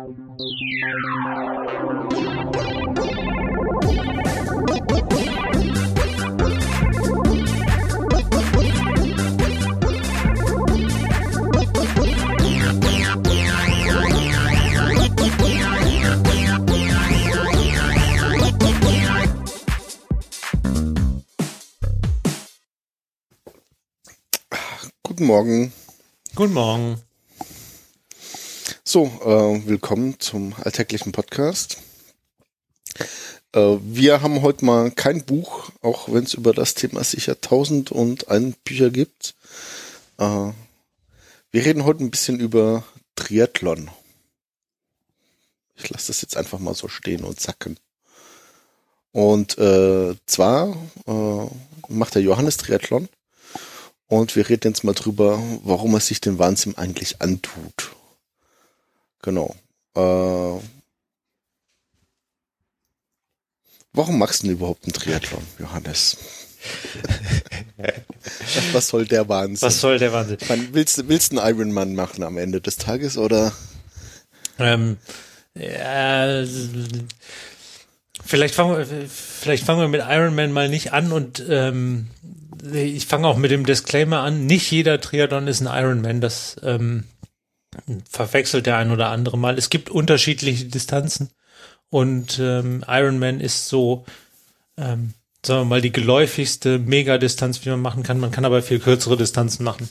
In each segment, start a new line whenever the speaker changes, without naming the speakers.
Guten Morgen.
Guten Morgen.
So, willkommen zum alltäglichen Podcast. Wir haben heute mal kein Buch, auch wenn es über das Thema sicher 1001 Bücher gibt. Wir reden heute ein bisschen über Triathlon. Ich lasse das jetzt einfach mal so stehen und sacken. Und zwar macht der Johannes Triathlon. Und wir reden jetzt mal drüber, warum er sich den Wahnsinn eigentlich antut. Genau. Warum machst du denn überhaupt einen Triathlon, Johannes? Was soll der Wahnsinn?
Was soll der Wahnsinn?
Willst du einen Ironman machen am Ende des Tages, oder?
Ja, vielleicht fangen wir mit Ironman mal nicht an und ich fange auch mit dem Disclaimer an. Nicht jeder Triathlon ist ein Ironman. Das verwechselt der ein oder andere mal. Es gibt unterschiedliche Distanzen und Ironman ist so, sagen wir mal, die geläufigste Megadistanz, wie man machen kann. Man kann aber viel kürzere Distanzen machen.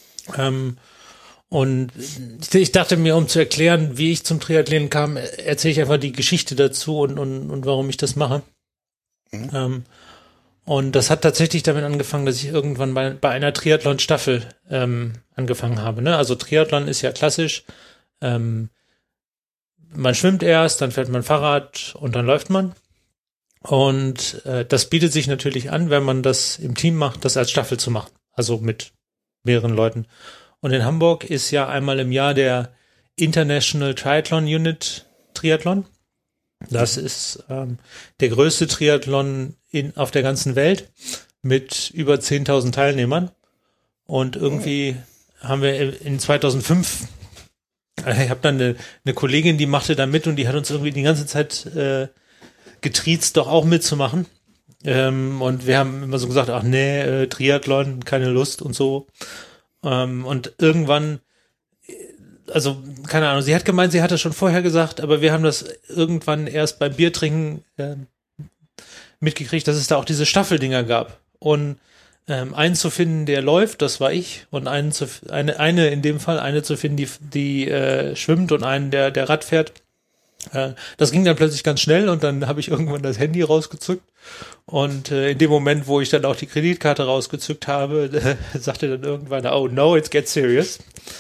Und ich dachte mir, um zu erklären, wie ich zum Triathlon kam, erzähle ich einfach die Geschichte dazu und warum ich das mache. Mhm. Und das hat tatsächlich damit angefangen, dass ich irgendwann bei einer Triathlon-Staffel angefangen habe. Ne? Also Triathlon ist ja klassisch. Man schwimmt erst, dann fährt man Fahrrad und dann läuft man. Und das bietet sich natürlich an, wenn man das im Team macht, das als Staffel zu machen. Also mit mehreren Leuten. Und in Hamburg ist ja einmal im Jahr der International Triathlon Unit Triathlon. Das ist der größte Triathlon auf der ganzen Welt mit über 10.000 Teilnehmern. Und irgendwie haben wir in 2005, ich habe dann eine Kollegin, die machte da mit und die hat uns irgendwie die ganze Zeit getriezt, doch auch mitzumachen. Und wir haben immer so gesagt, ach nee, Triathlon, keine Lust und so. Und irgendwann, also keine Ahnung, sie hat gemeint, sie hatte schon vorher gesagt, aber wir haben das irgendwann erst beim Biertrinken mitgekriegt, dass es da auch diese Staffeldinger gab. Und einen zu finden, der läuft, das war ich, und eine zu finden, die schwimmt, und einen, der Rad fährt. Das ging dann plötzlich ganz schnell und dann habe ich irgendwann das Handy rausgezückt und in dem Moment, wo ich dann auch die Kreditkarte rausgezückt habe, sagte dann irgendwann, oh no, it gets serious.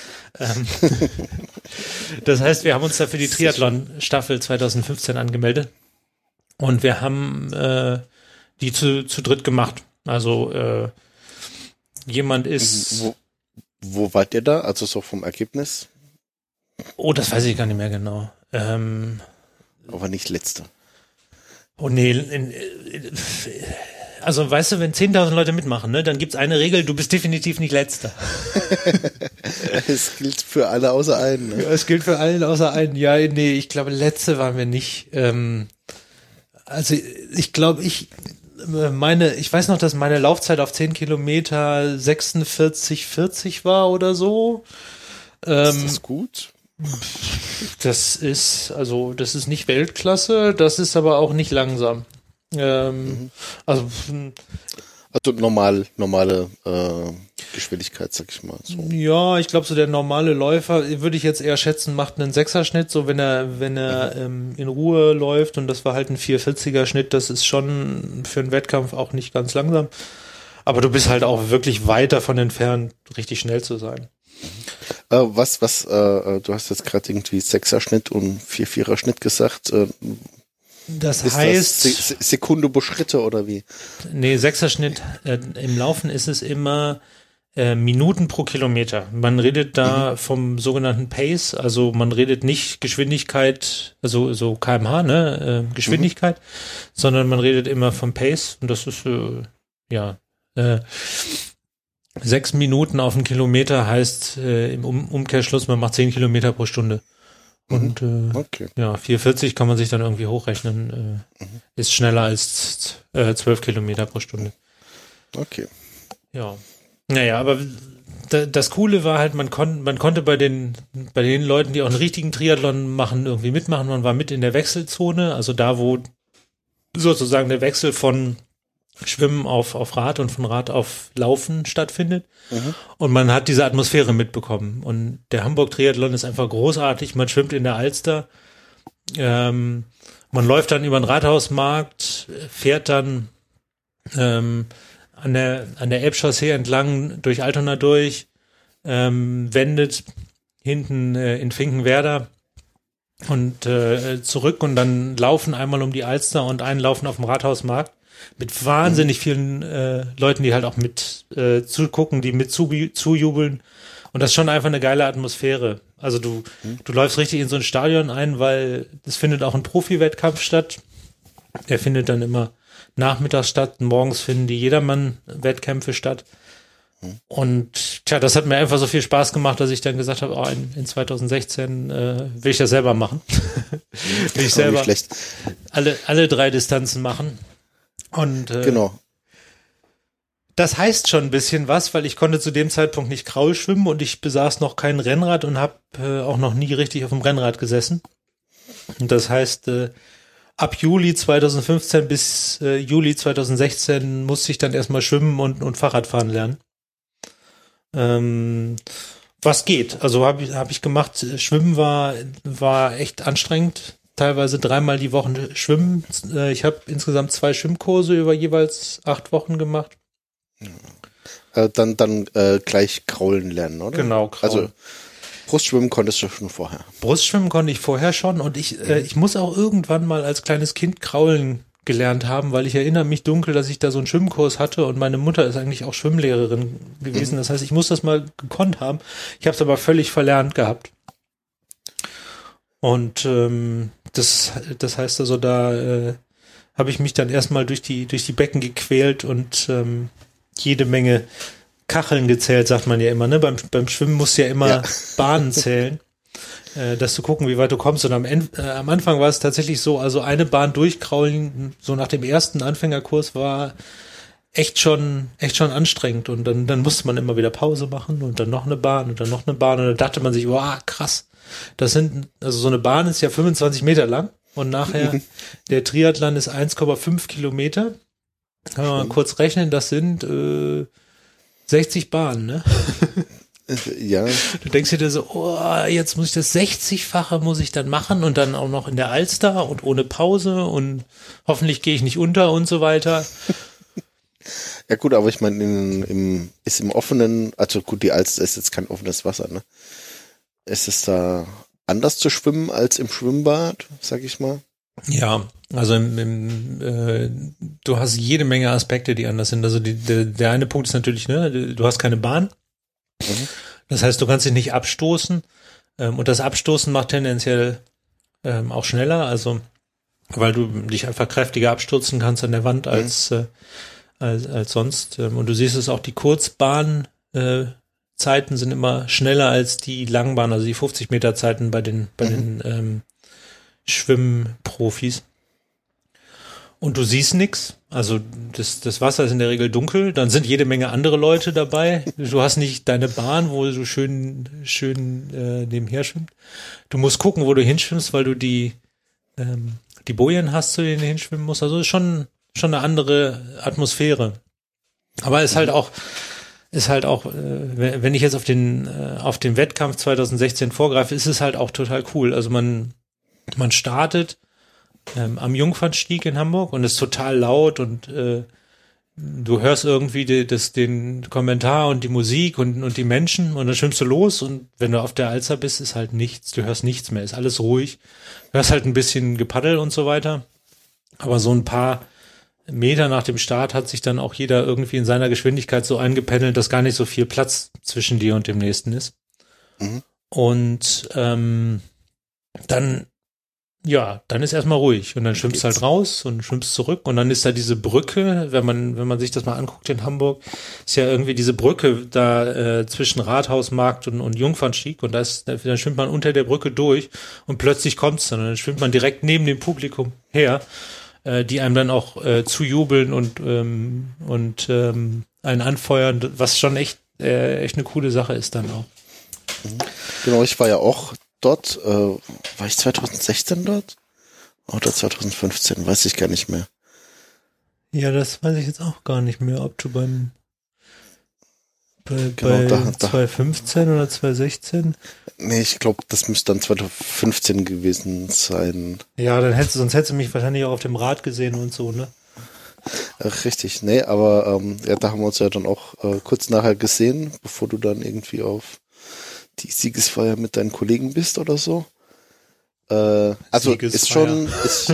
Das heißt, wir haben uns da für die Triathlon-Staffel 2015 angemeldet und wir haben die zu dritt gemacht. Also jemand ist...
Wo wart ihr da? Also so vom Ergebnis?
Oh, das weiß ich gar nicht mehr genau.
Aber nicht letzter.
Oh nee, also weißt du, wenn 10.000 Leute mitmachen, ne, dann gibt's eine Regel, du bist definitiv nicht letzter.
Es gilt für alle außer einen. Ne?
Ja, es gilt für alle außer einen. Ja, nee, ich glaube, letzte waren wir nicht. Also ich glaube, ich weiß noch, dass meine Laufzeit auf 10 Kilometer 46,40 war oder so.
Ist das gut?
Das ist nicht Weltklasse, das ist aber auch nicht langsam. Also
normale Geschwindigkeit, sag ich mal. So.
Ja, ich glaube, so der normale Läufer, würde ich jetzt eher schätzen, macht einen 6er-Schnitt, so wenn er in Ruhe läuft, und das war halt ein 440er-Schnitt, das ist schon für einen Wettkampf auch nicht ganz langsam. Aber du bist halt auch wirklich weit davon entfernt, richtig schnell zu sein.
Du hast jetzt gerade irgendwie 6er-Schnitt und 4-4er-Schnitt gesagt.
Das heißt...
Das Sekunde pro Schritte oder wie?
Nee, 6er-Schnitt, im Laufen ist es immer Minuten pro Kilometer. Man redet da vom sogenannten Pace, also man redet nicht Geschwindigkeit, also so kmh, ne, Geschwindigkeit, sondern man redet immer vom Pace, und das ist 6 Minuten auf einen Kilometer heißt im Umkehrschluss, man macht 10 Kilometer pro Stunde. Und
Okay.
ja, 4,40 kann man sich dann irgendwie hochrechnen. Ist schneller als 12 Kilometer pro Stunde.
Okay.
Ja. Naja, aber das Coole war halt, man konnte bei den Leuten, die auch einen richtigen Triathlon machen, irgendwie mitmachen. Man war mit in der Wechselzone, also da, wo sozusagen der Wechsel von Schwimmen auf Rad und von Rad auf Laufen stattfindet. Und man hat diese Atmosphäre mitbekommen. Und der Hamburg-Triathlon ist einfach großartig. Man schwimmt in der Alster. Man läuft dann über den Rathausmarkt, fährt dann an der Elbchaussee entlang durch Altona durch, wendet hinten in Finkenwerder und zurück und dann laufen einmal um die Alster und einen laufen auf dem Rathausmarkt mit wahnsinnig vielen Leuten, die halt auch mit zugucken, die mit zujubeln. Und das ist schon einfach eine geile Atmosphäre. Also du läufst richtig in so ein Stadion ein, weil es findet auch ein Profi-Wettkampf statt. Der findet dann immer nachmittags statt. Morgens finden die Jedermann-Wettkämpfe statt. Und tja, das hat mir einfach so viel Spaß gemacht, dass ich dann gesagt habe, in 2016 will ich das selber machen. Will ich selber alle 3 Distanzen machen. Und
genau.
Das heißt schon ein bisschen was, weil ich konnte zu dem Zeitpunkt nicht Kraul schwimmen und ich besaß noch kein Rennrad und habe auch noch nie richtig auf dem Rennrad gesessen. Und das heißt, ab Juli 2015 bis Juli 2016 musste ich dann erstmal schwimmen und Fahrradfahren lernen. Was geht? Also hab ich gemacht. Schwimmen war echt anstrengend. Teilweise 3-mal die Woche schwimmen. Ich habe insgesamt 2 Schwimmkurse über jeweils 8 Wochen gemacht.
Dann gleich kraulen lernen, oder?
Genau, kraulen.
Also Brustschwimmen konntest du schon vorher.
Brustschwimmen konnte ich vorher schon und ich muss auch irgendwann mal als kleines Kind kraulen gelernt haben, weil ich erinnere mich dunkel, dass ich da so einen Schwimmkurs hatte und meine Mutter ist eigentlich auch Schwimmlehrerin gewesen. Das heißt, ich muss das mal gekonnt haben. Ich habe es aber völlig verlernt gehabt. Und das heißt also, da habe ich mich dann erstmal durch die Becken gequält und jede Menge Kacheln gezählt, sagt man ja immer, ne? Beim Schwimmen musst du ja immer Bahnen zählen, dass du gucken, wie weit du kommst. Und am Anfang war es tatsächlich so, also eine Bahn durchkraulen, so nach dem ersten Anfängerkurs war echt schon anstrengend. Und dann musste man immer wieder Pause machen und dann noch eine Bahn und dann noch eine Bahn. Und dann dachte man sich, wow, krass. Also so eine Bahn ist ja 25 Meter lang und nachher der Triathlon ist 1,5 Kilometer. Kann man mal kurz rechnen, das sind 60 Bahnen, ne?
Ja.
Du denkst dir so, oh, jetzt muss ich das 60-fache muss ich dann machen und dann auch noch in der Alster und ohne Pause und hoffentlich gehe ich nicht unter und so weiter.
Ja gut, aber ich meine, ist im offenen, also gut, die Alster ist jetzt kein offenes Wasser, ne? Ist es da anders zu schwimmen als im Schwimmbad, sag ich mal?
Ja, also du hast jede Menge Aspekte, die anders sind. Also der eine Punkt ist natürlich, ne, du hast keine Bahn. Das heißt, du kannst dich nicht abstoßen. Und das Abstoßen macht tendenziell auch schneller, also weil du dich einfach kräftiger abstürzen kannst an der Wand als sonst. Und du siehst es auch, die Kurzbahn Zeiten sind immer schneller als die Langbahn, also die 50 Meter Zeiten bei den Schwimmprofis. Und du siehst nichts. Also das Wasser ist in der Regel dunkel. Dann sind jede Menge andere Leute dabei. Du hast nicht deine Bahn, wo du schön nebenher schwimmst. Du musst gucken, wo du hinschwimmst, weil du die Bojen hast, zu denen du hinschwimmen musst. Also ist schon eine andere Atmosphäre. Aber ist halt auch, wenn ich jetzt auf den Wettkampf 2016 vorgreife, ist es halt auch total cool. Also man startet am Jungfernstieg in Hamburg und ist total laut und du hörst irgendwie den Kommentar und die Musik und die Menschen und dann schwimmst du los und wenn du auf der Alster bist, ist halt nichts, du hörst nichts mehr, ist alles ruhig. Du hörst halt ein bisschen Gepaddel und so weiter, aber so ein paar Meter nach dem Start hat sich dann auch jeder irgendwie in seiner Geschwindigkeit so eingependelt, dass gar nicht so viel Platz zwischen dir und dem nächsten ist. Und dann Ja, dann ist erstmal ruhig und dann schwimmst du halt raus und schwimmst zurück und dann ist da diese Brücke, wenn man sich das mal anguckt in Hamburg, ist ja irgendwie diese Brücke da zwischen Rathausmarkt und Jungfernstieg und dann schwimmt man unter der Brücke durch und plötzlich kommt's dann schwimmt man direkt neben dem Publikum her, die einem dann auch zujubeln und einen anfeuern, was schon echt eine coole Sache ist dann auch.
Genau, ich war ja auch dort, war ich 2016 dort? Oder 2015, weiß ich gar nicht mehr.
Ja, das weiß ich jetzt auch gar nicht mehr, ob du bei 2015 oder 2016?
Nee, ich glaube, das müsste dann 2015 gewesen sein.
Ja, sonst hättest du mich wahrscheinlich auch auf dem Rad gesehen und so, ne?
Richtig, nee, aber ja, da haben wir uns ja dann auch kurz nachher gesehen, bevor du dann irgendwie auf die Siegesfeier mit deinen Kollegen bist oder so. Also ist schon,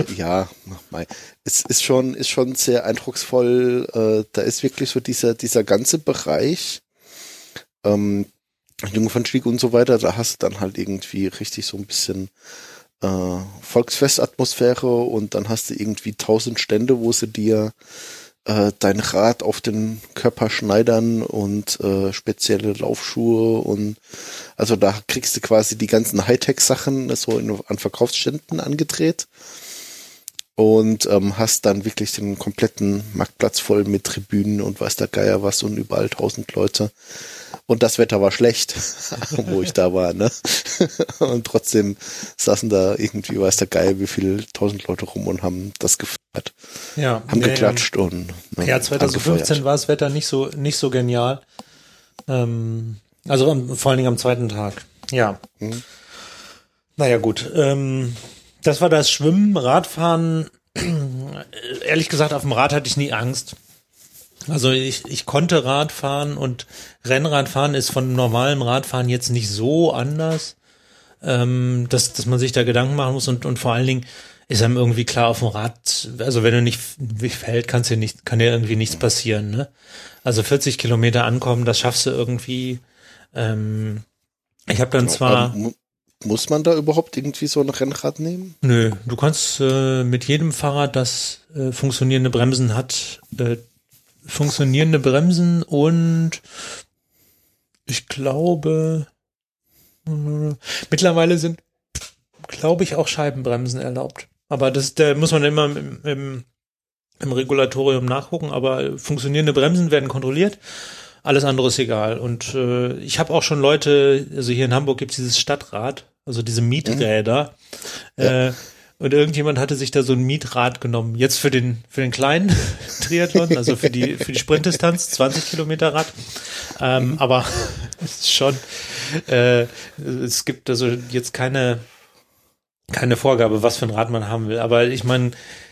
es ist schon sehr eindrucksvoll. Da ist wirklich so dieser ganze Bereich, Jungfernstieg und so weiter. Da hast du dann halt irgendwie richtig so ein bisschen Volksfestatmosphäre und dann hast du irgendwie 1000 Stände, wo sie dir dein Rad auf den Körper schneidern und spezielle Laufschuhe und also da kriegst du quasi die ganzen Hightech-Sachen so an Verkaufsständen angedreht und hast dann wirklich den kompletten Marktplatz voll mit Tribünen und weiß der Geier was und überall 1000 Leute. Und das Wetter war schlecht, wo ich da war, ne? Und trotzdem saßen da irgendwie, weiß der Geier, wie viele 1000 Leute rum und haben das gefeiert.
Ja.
Haben geklatscht und
ja, 2015 war das Wetter nicht so genial. Also vor allen Dingen am zweiten Tag. Ja. Naja, gut. Das war das Schwimmen, Radfahren. Ehrlich gesagt, auf dem Rad hatte ich nie Angst. Also ich konnte Radfahren und Rennradfahren ist von normalem Radfahren jetzt nicht so anders, dass man sich da Gedanken machen muss und vor allen Dingen ist einem irgendwie klar auf dem Rad, also wenn du nicht fällt, kann dir irgendwie nichts passieren, ne? Also 40 Kilometer ankommen, das schaffst du irgendwie. Ich habe dann zwar...
Muss man da überhaupt irgendwie so ein Rennrad nehmen?
Nö, du kannst mit jedem Fahrrad, das funktionierende Bremsen hat, funktionierende Bremsen und ich glaube, mittlerweile sind, glaube ich, auch Scheibenbremsen erlaubt. Aber da muss man immer im Regulatorium nachgucken, aber funktionierende Bremsen werden kontrolliert. Alles andere ist egal. Und ich habe auch schon Leute, also hier in Hamburg gibt es dieses Stadtrad, also diese Mieträder. Ja. Und irgendjemand hatte sich da so ein Mietrad genommen. Jetzt für den kleinen Triathlon, also für die Sprintdistanz, 20 Kilometer Rad. Aber es ist schon, es gibt also jetzt keine Vorgabe, was für ein Rad man haben will. Aber ich meine,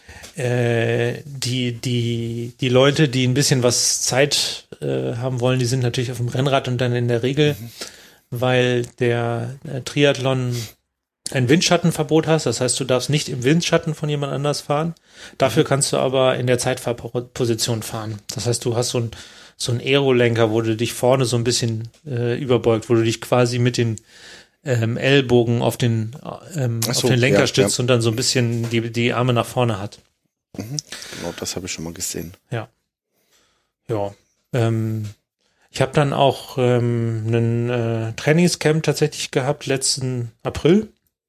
die Leute, die ein bisschen was Zeit haben wollen, die sind natürlich auf dem Rennrad und dann in der Regel, weil der Triathlon ein Windschattenverbot hast, das heißt, du darfst nicht im Windschatten von jemand anders fahren. Dafür kannst du aber in der Zeitfahrposition fahren. Das heißt, du hast so einen Aerolenker, wo du dich vorne so ein bisschen überbeugt, wo du dich quasi mit den Ellbogen auf den Lenker stützt und dann so ein bisschen die Arme nach vorne hat.
Genau, das habe ich schon mal gesehen.
Ja. Ja. Ich habe dann auch einen Trainingscamp tatsächlich gehabt letzten April,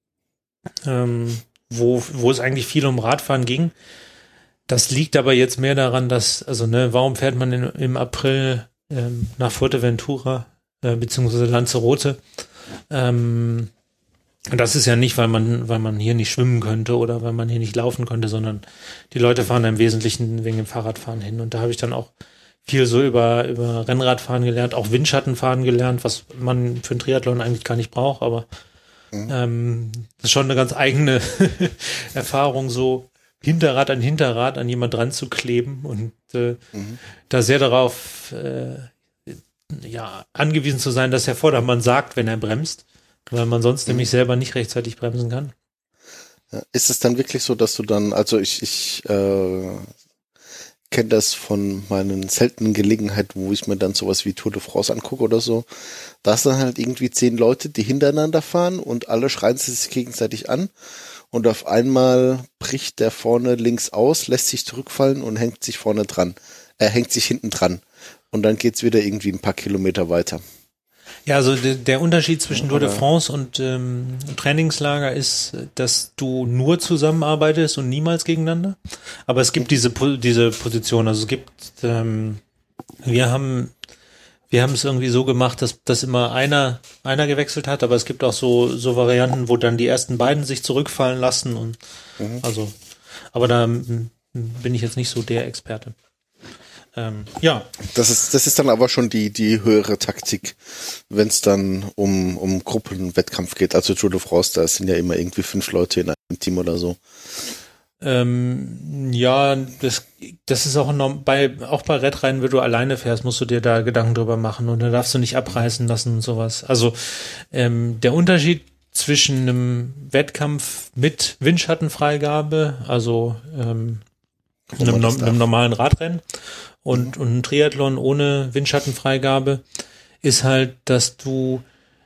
wo es eigentlich viel um Radfahren ging. Das liegt aber jetzt mehr daran, dass, warum fährt man im April nach Fuerteventura beziehungsweise Lanzarote? Und das ist ja nicht, weil man hier nicht schwimmen könnte oder weil man hier nicht laufen könnte, sondern die Leute fahren im Wesentlichen wegen dem Fahrradfahren hin. Und da habe ich dann auch viel so über Rennradfahren gelernt, auch Windschattenfahren gelernt, was man für einen Triathlon eigentlich gar nicht braucht, aber das ist schon eine ganz eigene Erfahrung, so Hinterrad an jemand dran zu kleben und da sehr darauf angewiesen zu sein, dass der Vordermann sagt, wenn er bremst, weil man sonst nämlich selber nicht rechtzeitig bremsen kann.
Ja, ist es dann wirklich so, dass du dann, also ich kenne das von meinen seltenen Gelegenheiten, wo ich mir dann sowas wie Tour de France angucke oder so. Da sind dann halt irgendwie 10 Leute, die hintereinander fahren und alle schreien sie sich gegenseitig an und auf einmal bricht der vorne links aus, lässt sich zurückfallen und hängt sich vorne dran. Er hängt sich hinten dran. Und dann geht's wieder irgendwie ein paar Kilometer weiter.
Ja, also der Unterschied zwischen Tour de France und Trainingslager ist, dass du nur zusammenarbeitest und niemals gegeneinander. Aber es gibt diese Position. Also es gibt, wir haben es irgendwie so gemacht, dass immer einer gewechselt hat, aber es gibt auch so Varianten, wo dann die ersten beiden sich zurückfallen lassen und also, aber da bin ich jetzt nicht so der Experte. Ja.
Das ist dann aber schon die höhere Taktik, wenn es dann um Gruppenwettkampf geht. Also Tour de France, da sind ja immer irgendwie 5 Leute in einem Team oder so.
Ja, das ist auch bei Radrennen, wenn du alleine fährst, musst du dir da Gedanken drüber machen und da darfst du nicht abreißen lassen und sowas. Also der Unterschied zwischen einem Wettkampf mit Windschattenfreigabe, also einem normalen Radrennen und ein Triathlon ohne Windschattenfreigabe ist halt, dass du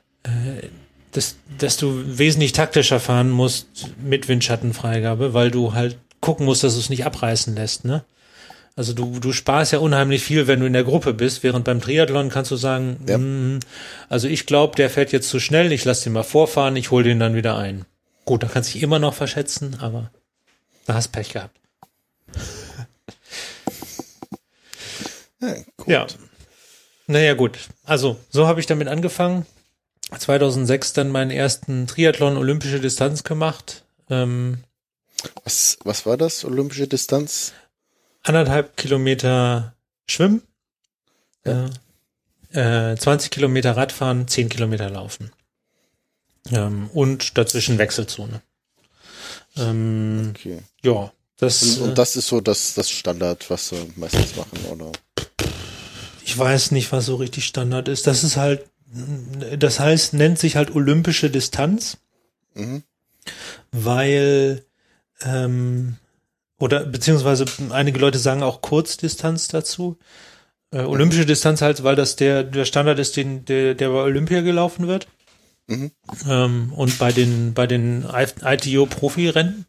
wesentlich taktischer fahren musst mit Windschattenfreigabe, weil du halt gucken musst, dass du es nicht abreißen lässt, ne? Also du sparst ja unheimlich viel, wenn du in der Gruppe bist, während beim Triathlon kannst du sagen, also ich glaube, der fährt jetzt zu schnell, ich lasse den mal vorfahren, ich hole den dann wieder ein. Gut, da kannst du dich immer noch verschätzen, aber da hast Pech gehabt.
Ja, gut.
Ja. Naja, gut. Also, so habe ich damit angefangen. 2006 dann meinen ersten Triathlon olympische Distanz gemacht.
Was war das, olympische Distanz?
1,5 Kilometer Schwimmen, 20 Kilometer Radfahren, 10 Kilometer Laufen. Und dazwischen Wechselzone.
Okay.
Ja.
Und das ist so das Standard, was sie meistens machen, oder?
Ich weiß nicht, was so richtig Standard ist. Das ist halt, das heißt, nennt sich halt olympische Distanz, weil, oder beziehungsweise einige Leute sagen auch Kurzdistanz dazu. Olympische Distanz halt, weil das der Standard ist, der bei Olympia gelaufen wird. Und bei den ITO-Profi-Rennen.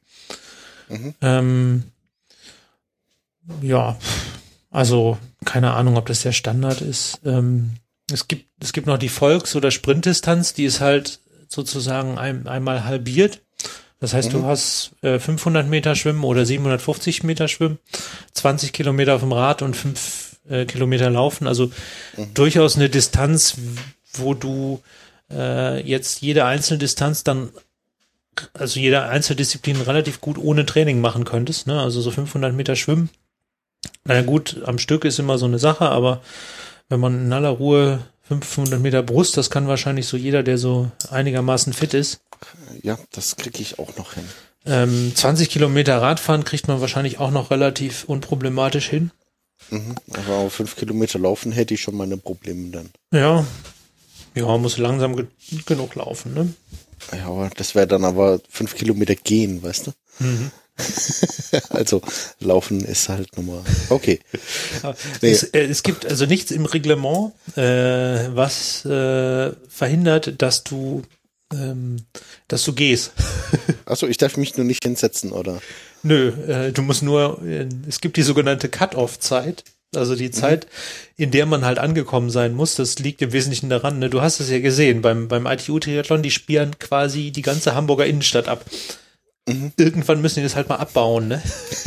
Ja, also keine Ahnung, ob das der Standard ist. Es gibt noch die Volks- oder Sprintdistanz, die ist halt sozusagen einmal halbiert. Das heißt, du hast 500 Meter Schwimmen oder 750 Meter Schwimmen, 20 Kilometer auf dem Rad und 5 Kilometer Laufen. Also durchaus eine Distanz, wo du jetzt jede einzelne Distanz dann, also jede Einzeldisziplin relativ gut ohne Training machen könntest, ne? Also so 500 Meter Schwimmen. Naja gut, am Stück ist immer so eine Sache, aber wenn man in aller Ruhe 500 Meter Brust, das kann wahrscheinlich so jeder, der so einigermaßen fit ist.
Ja, das kriege ich auch noch hin.
20 Kilometer Radfahren kriegt man wahrscheinlich auch noch relativ unproblematisch hin.
Aber auf 5 Kilometer laufen hätte ich schon meine Probleme dann.
Ja, muss langsam genug laufen, ne?
Ja, aber das wäre dann aber 5 Kilometer gehen, weißt du? Also laufen ist halt nochmal okay.
Nee. Es gibt also nichts im Reglement, was verhindert, dass du gehst.
Achso, ich darf mich nur nicht hinsetzen, oder?
Nö, du musst nur, es gibt die sogenannte Cut-Off-Zeit, also die Zeit, in der man halt angekommen sein muss. Das liegt im Wesentlichen daran, ne? Du hast es ja gesehen, beim ITU-Triathlon, die sperren quasi die ganze Hamburger Innenstadt ab. Irgendwann müssen die das halt mal abbauen, ne?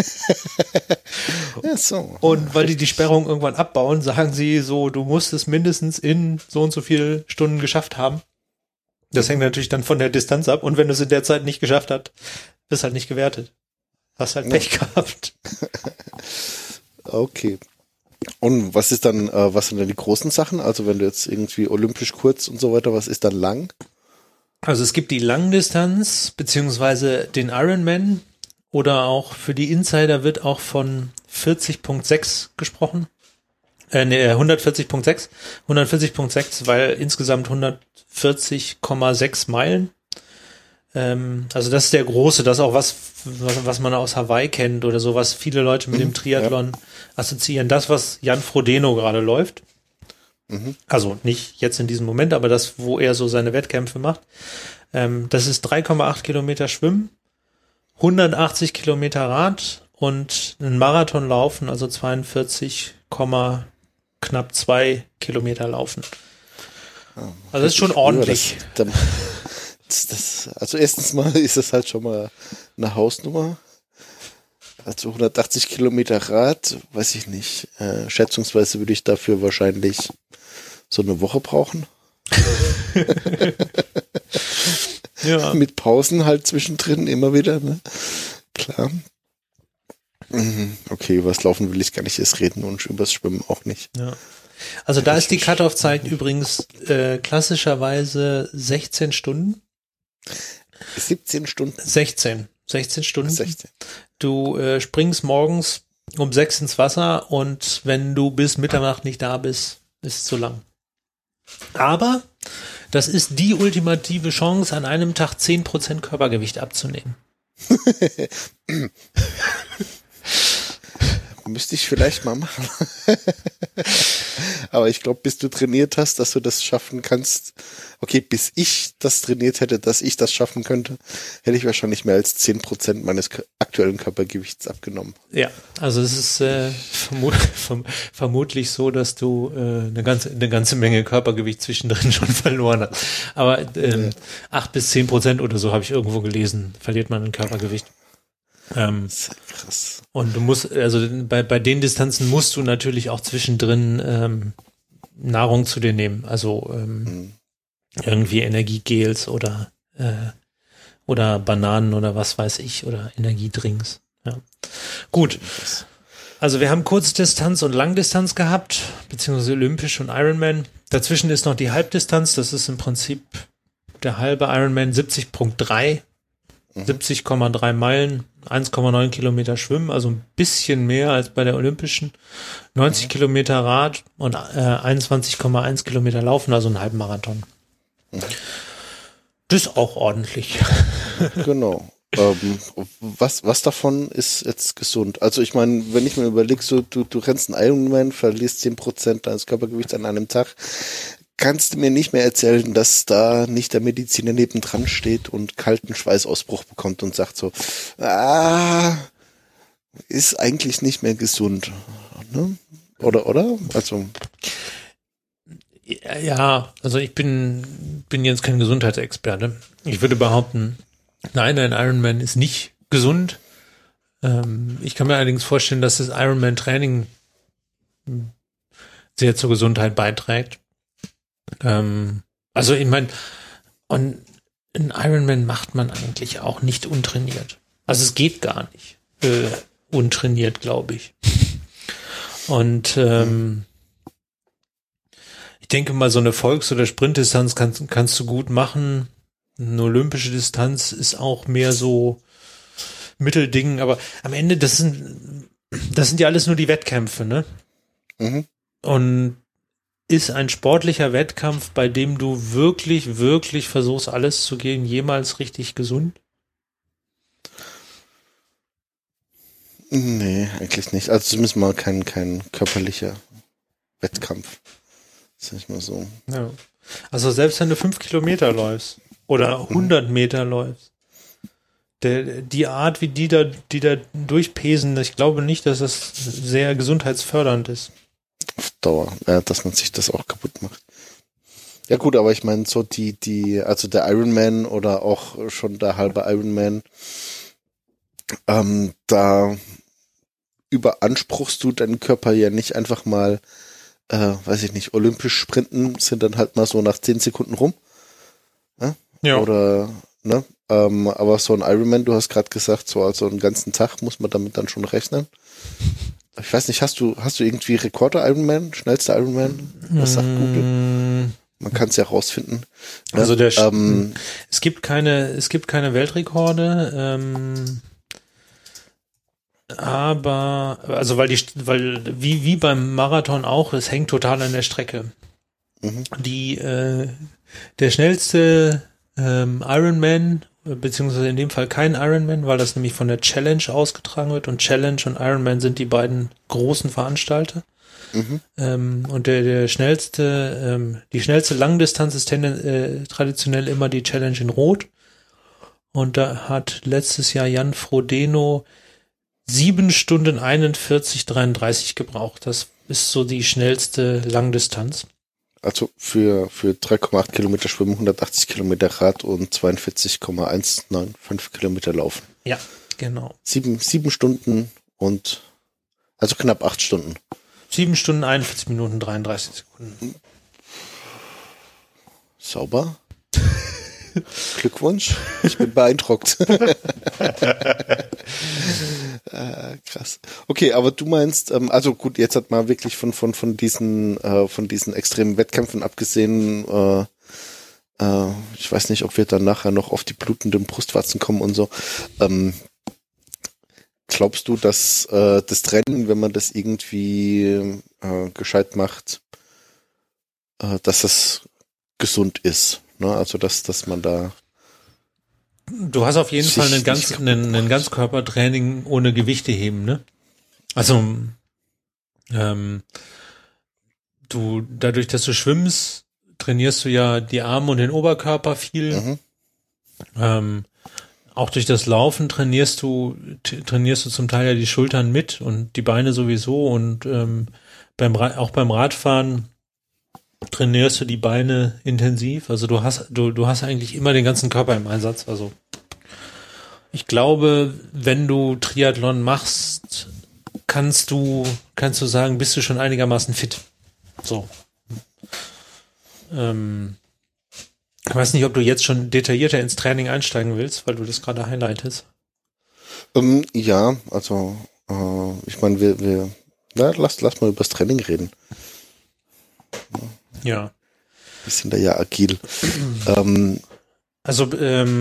Ja, so.
Und weil die Sperrung irgendwann abbauen, sagen sie so, du musst es mindestens in so und so viele Stunden geschafft haben. Das hängt natürlich dann von der Distanz ab. Und wenn du es in der Zeit nicht geschafft hast, bist halt nicht gewertet. Hast halt Pech gehabt.
Okay. Und was sind dann die großen Sachen? Also wenn du jetzt irgendwie olympisch kurz und so weiter, was ist dann lang?
Also es gibt die Langdistanz, beziehungsweise den Ironman, oder auch für die Insider wird auch von 40.6 gesprochen. 140.6. 140.6, weil insgesamt 140,6 Meilen. Also das ist der große, das ist auch was man aus Hawaii kennt oder so, was viele Leute mit dem Triathlon assoziieren. Das, was Jan Frodeno gerade läuft. Also nicht jetzt in diesem Moment, aber das, wo er so seine Wettkämpfe macht. Das ist 3,8 Kilometer Schwimmen, 180 Kilometer Rad und einen Marathon laufen, also 42, knapp 2 Kilometer laufen. Also das ist schon ordentlich.
Also erstens mal ist das halt schon mal eine Hausnummer. Also 180 Kilometer Rad, weiß ich nicht. Schätzungsweise würde ich dafür wahrscheinlich so eine Woche brauchen. Ja. Mit Pausen halt zwischendrin immer wieder, ne? Klar. Okay, über das Laufen will ich gar nicht erst reden und übers Schwimmen auch nicht.
Ja. Also da ist die Cut-Off-Zeit übrigens klassischerweise 16 Stunden.
17 Stunden?
16 Stunden.
16.
Du springst morgens um 6 ins Wasser und wenn du bis Mitternacht nicht da bist, ist es zu lang. Aber das ist die ultimative Chance, an einem Tag 10% Körpergewicht abzunehmen.
Müsste ich vielleicht mal machen. Aber ich glaube, bis du trainiert hast, dass du das schaffen kannst. Okay, bis ich das trainiert hätte, dass ich das schaffen könnte, hätte ich wahrscheinlich mehr als 10% meines aktuellen Körpergewichts abgenommen.
Ja, also es ist vermutlich so, dass du eine ganze Menge Körpergewicht zwischendrin schon verloren hast. Aber 8-10% oder so habe ich irgendwo gelesen, verliert man ein Körpergewicht.
Das ist krass.
Und du musst, also bei den Distanzen musst du natürlich auch zwischendrin Nahrung zu dir nehmen, also irgendwie Energiegels oder Bananen oder was weiß ich oder Energiedrinks. Ja. Gut. Also wir haben Kurzdistanz und Langdistanz gehabt, beziehungsweise Olympisch und Ironman. Dazwischen ist noch die Halbdistanz, das ist im Prinzip der halbe Ironman, 70,3 Meilen, 1,9 Kilometer Schwimmen, also ein bisschen mehr als bei der Olympischen, 90 Kilometer Rad und 21,1 Kilometer Laufen, also ein Halbmarathon. Das ist auch ordentlich.
Genau. Was davon ist jetzt gesund? Also ich meine, wenn ich mir überlege, so du rennst einen Ironman, verlierst 10% deines Körpergewichts an einem Tag, kannst du mir nicht mehr erzählen, dass da nicht der Mediziner nebendran steht und kalten Schweißausbruch bekommt und sagt so, ist eigentlich nicht mehr gesund. Ne? Oder? Also
ja, also ich bin jetzt kein Gesundheitsexperte. Ich würde behaupten, nein, ein Ironman ist nicht gesund. Ich kann mir allerdings vorstellen, dass das Ironman-Training sehr zur Gesundheit beiträgt. Also ich meine, und ein Ironman macht man eigentlich auch nicht untrainiert. Also es geht gar nicht untrainiert, glaube ich. Und ich denke mal, so eine Volks- oder Sprintdistanz kannst du gut machen. Eine olympische Distanz ist auch mehr so Mittelding, aber am Ende, das sind ja alles nur die Wettkämpfe, ne?
Mhm.
Und ist ein sportlicher Wettkampf, bei dem du wirklich, wirklich versuchst, alles zu geben, jemals richtig gesund?
Nee, eigentlich nicht. Also zumindest mal kein körperlicher Wettkampf. Sag ich mal so.
Ja. Also selbst wenn du 5 Kilometer läufst oder 100 Meter läufst, die Art, wie die da durchpesen, ich glaube nicht, dass das sehr gesundheitsfördernd ist.
Auf Dauer, ja, dass man sich das auch kaputt macht. Ja gut, aber ich meine, so also der Ironman oder auch schon der halbe Ironman, da überanspruchst du deinen Körper ja nicht einfach mal, weiß ich nicht, olympisch sprinten sind dann halt mal so nach 10 Sekunden rum. Ja. Oder, ne? Aber so ein Ironman, du hast gerade gesagt, so also einen ganzen Tag muss man damit dann schon rechnen. Ich weiß nicht, hast du irgendwie Rekorder Ironman, schnellster Ironman? Was sagt Google? Man kann es ja rausfinden.
Also es gibt keine Weltrekorde, aber also weil wie beim Marathon auch, es hängt total an der Strecke. Mhm. Der schnellste Ironman, beziehungsweise in dem Fall kein Ironman, weil das nämlich von der Challenge ausgetragen wird und Challenge und Ironman sind die beiden großen Veranstalter. Mhm. Und die schnellste Langdistanz ist traditionell immer die Challenge in Rot Und da hat letztes Jahr Jan Frodeno 7 Stunden 41:33 gebraucht. Das ist so die schnellste Langdistanz.
Also für 3,8 Kilometer Schwimmen, 180 Kilometer Rad und 42,195 Kilometer Laufen.
Ja, genau.
7 Stunden und also knapp 8 Stunden.
7 Stunden, 41 Minuten, 33 Sekunden.
Sauber. Glückwunsch. Ich bin beeindruckt. Krass. Okay, aber du meinst, also gut, jetzt hat man wirklich von diesen extremen Wettkämpfen abgesehen, ich weiß nicht, ob wir dann nachher noch auf die blutenden Brustwarzen kommen und so. Glaubst du, dass das Training, wenn man das irgendwie gescheit macht, dass das gesund ist? Ne? Also dass man da
Du hast auf jeden Fall ein Ganzkörpertraining ohne Gewichte heben, ne? Also dadurch, dass du schwimmst, trainierst du ja die Arme und den Oberkörper viel. Auch durch das Laufen trainierst du zum Teil ja die Schultern mit und die Beine sowieso und auch beim Radfahren trainierst du die Beine intensiv. Also du hast eigentlich immer den ganzen Körper im Einsatz. Also ich glaube, wenn du Triathlon machst, kannst du sagen, bist du schon einigermaßen fit. So. Ich weiß nicht, ob du jetzt schon detaillierter ins Training einsteigen willst, weil du das gerade highlightest.
Ja, also ich meine, lass mal über das Training reden.
Ja.
Wir sind da ja agil.
Also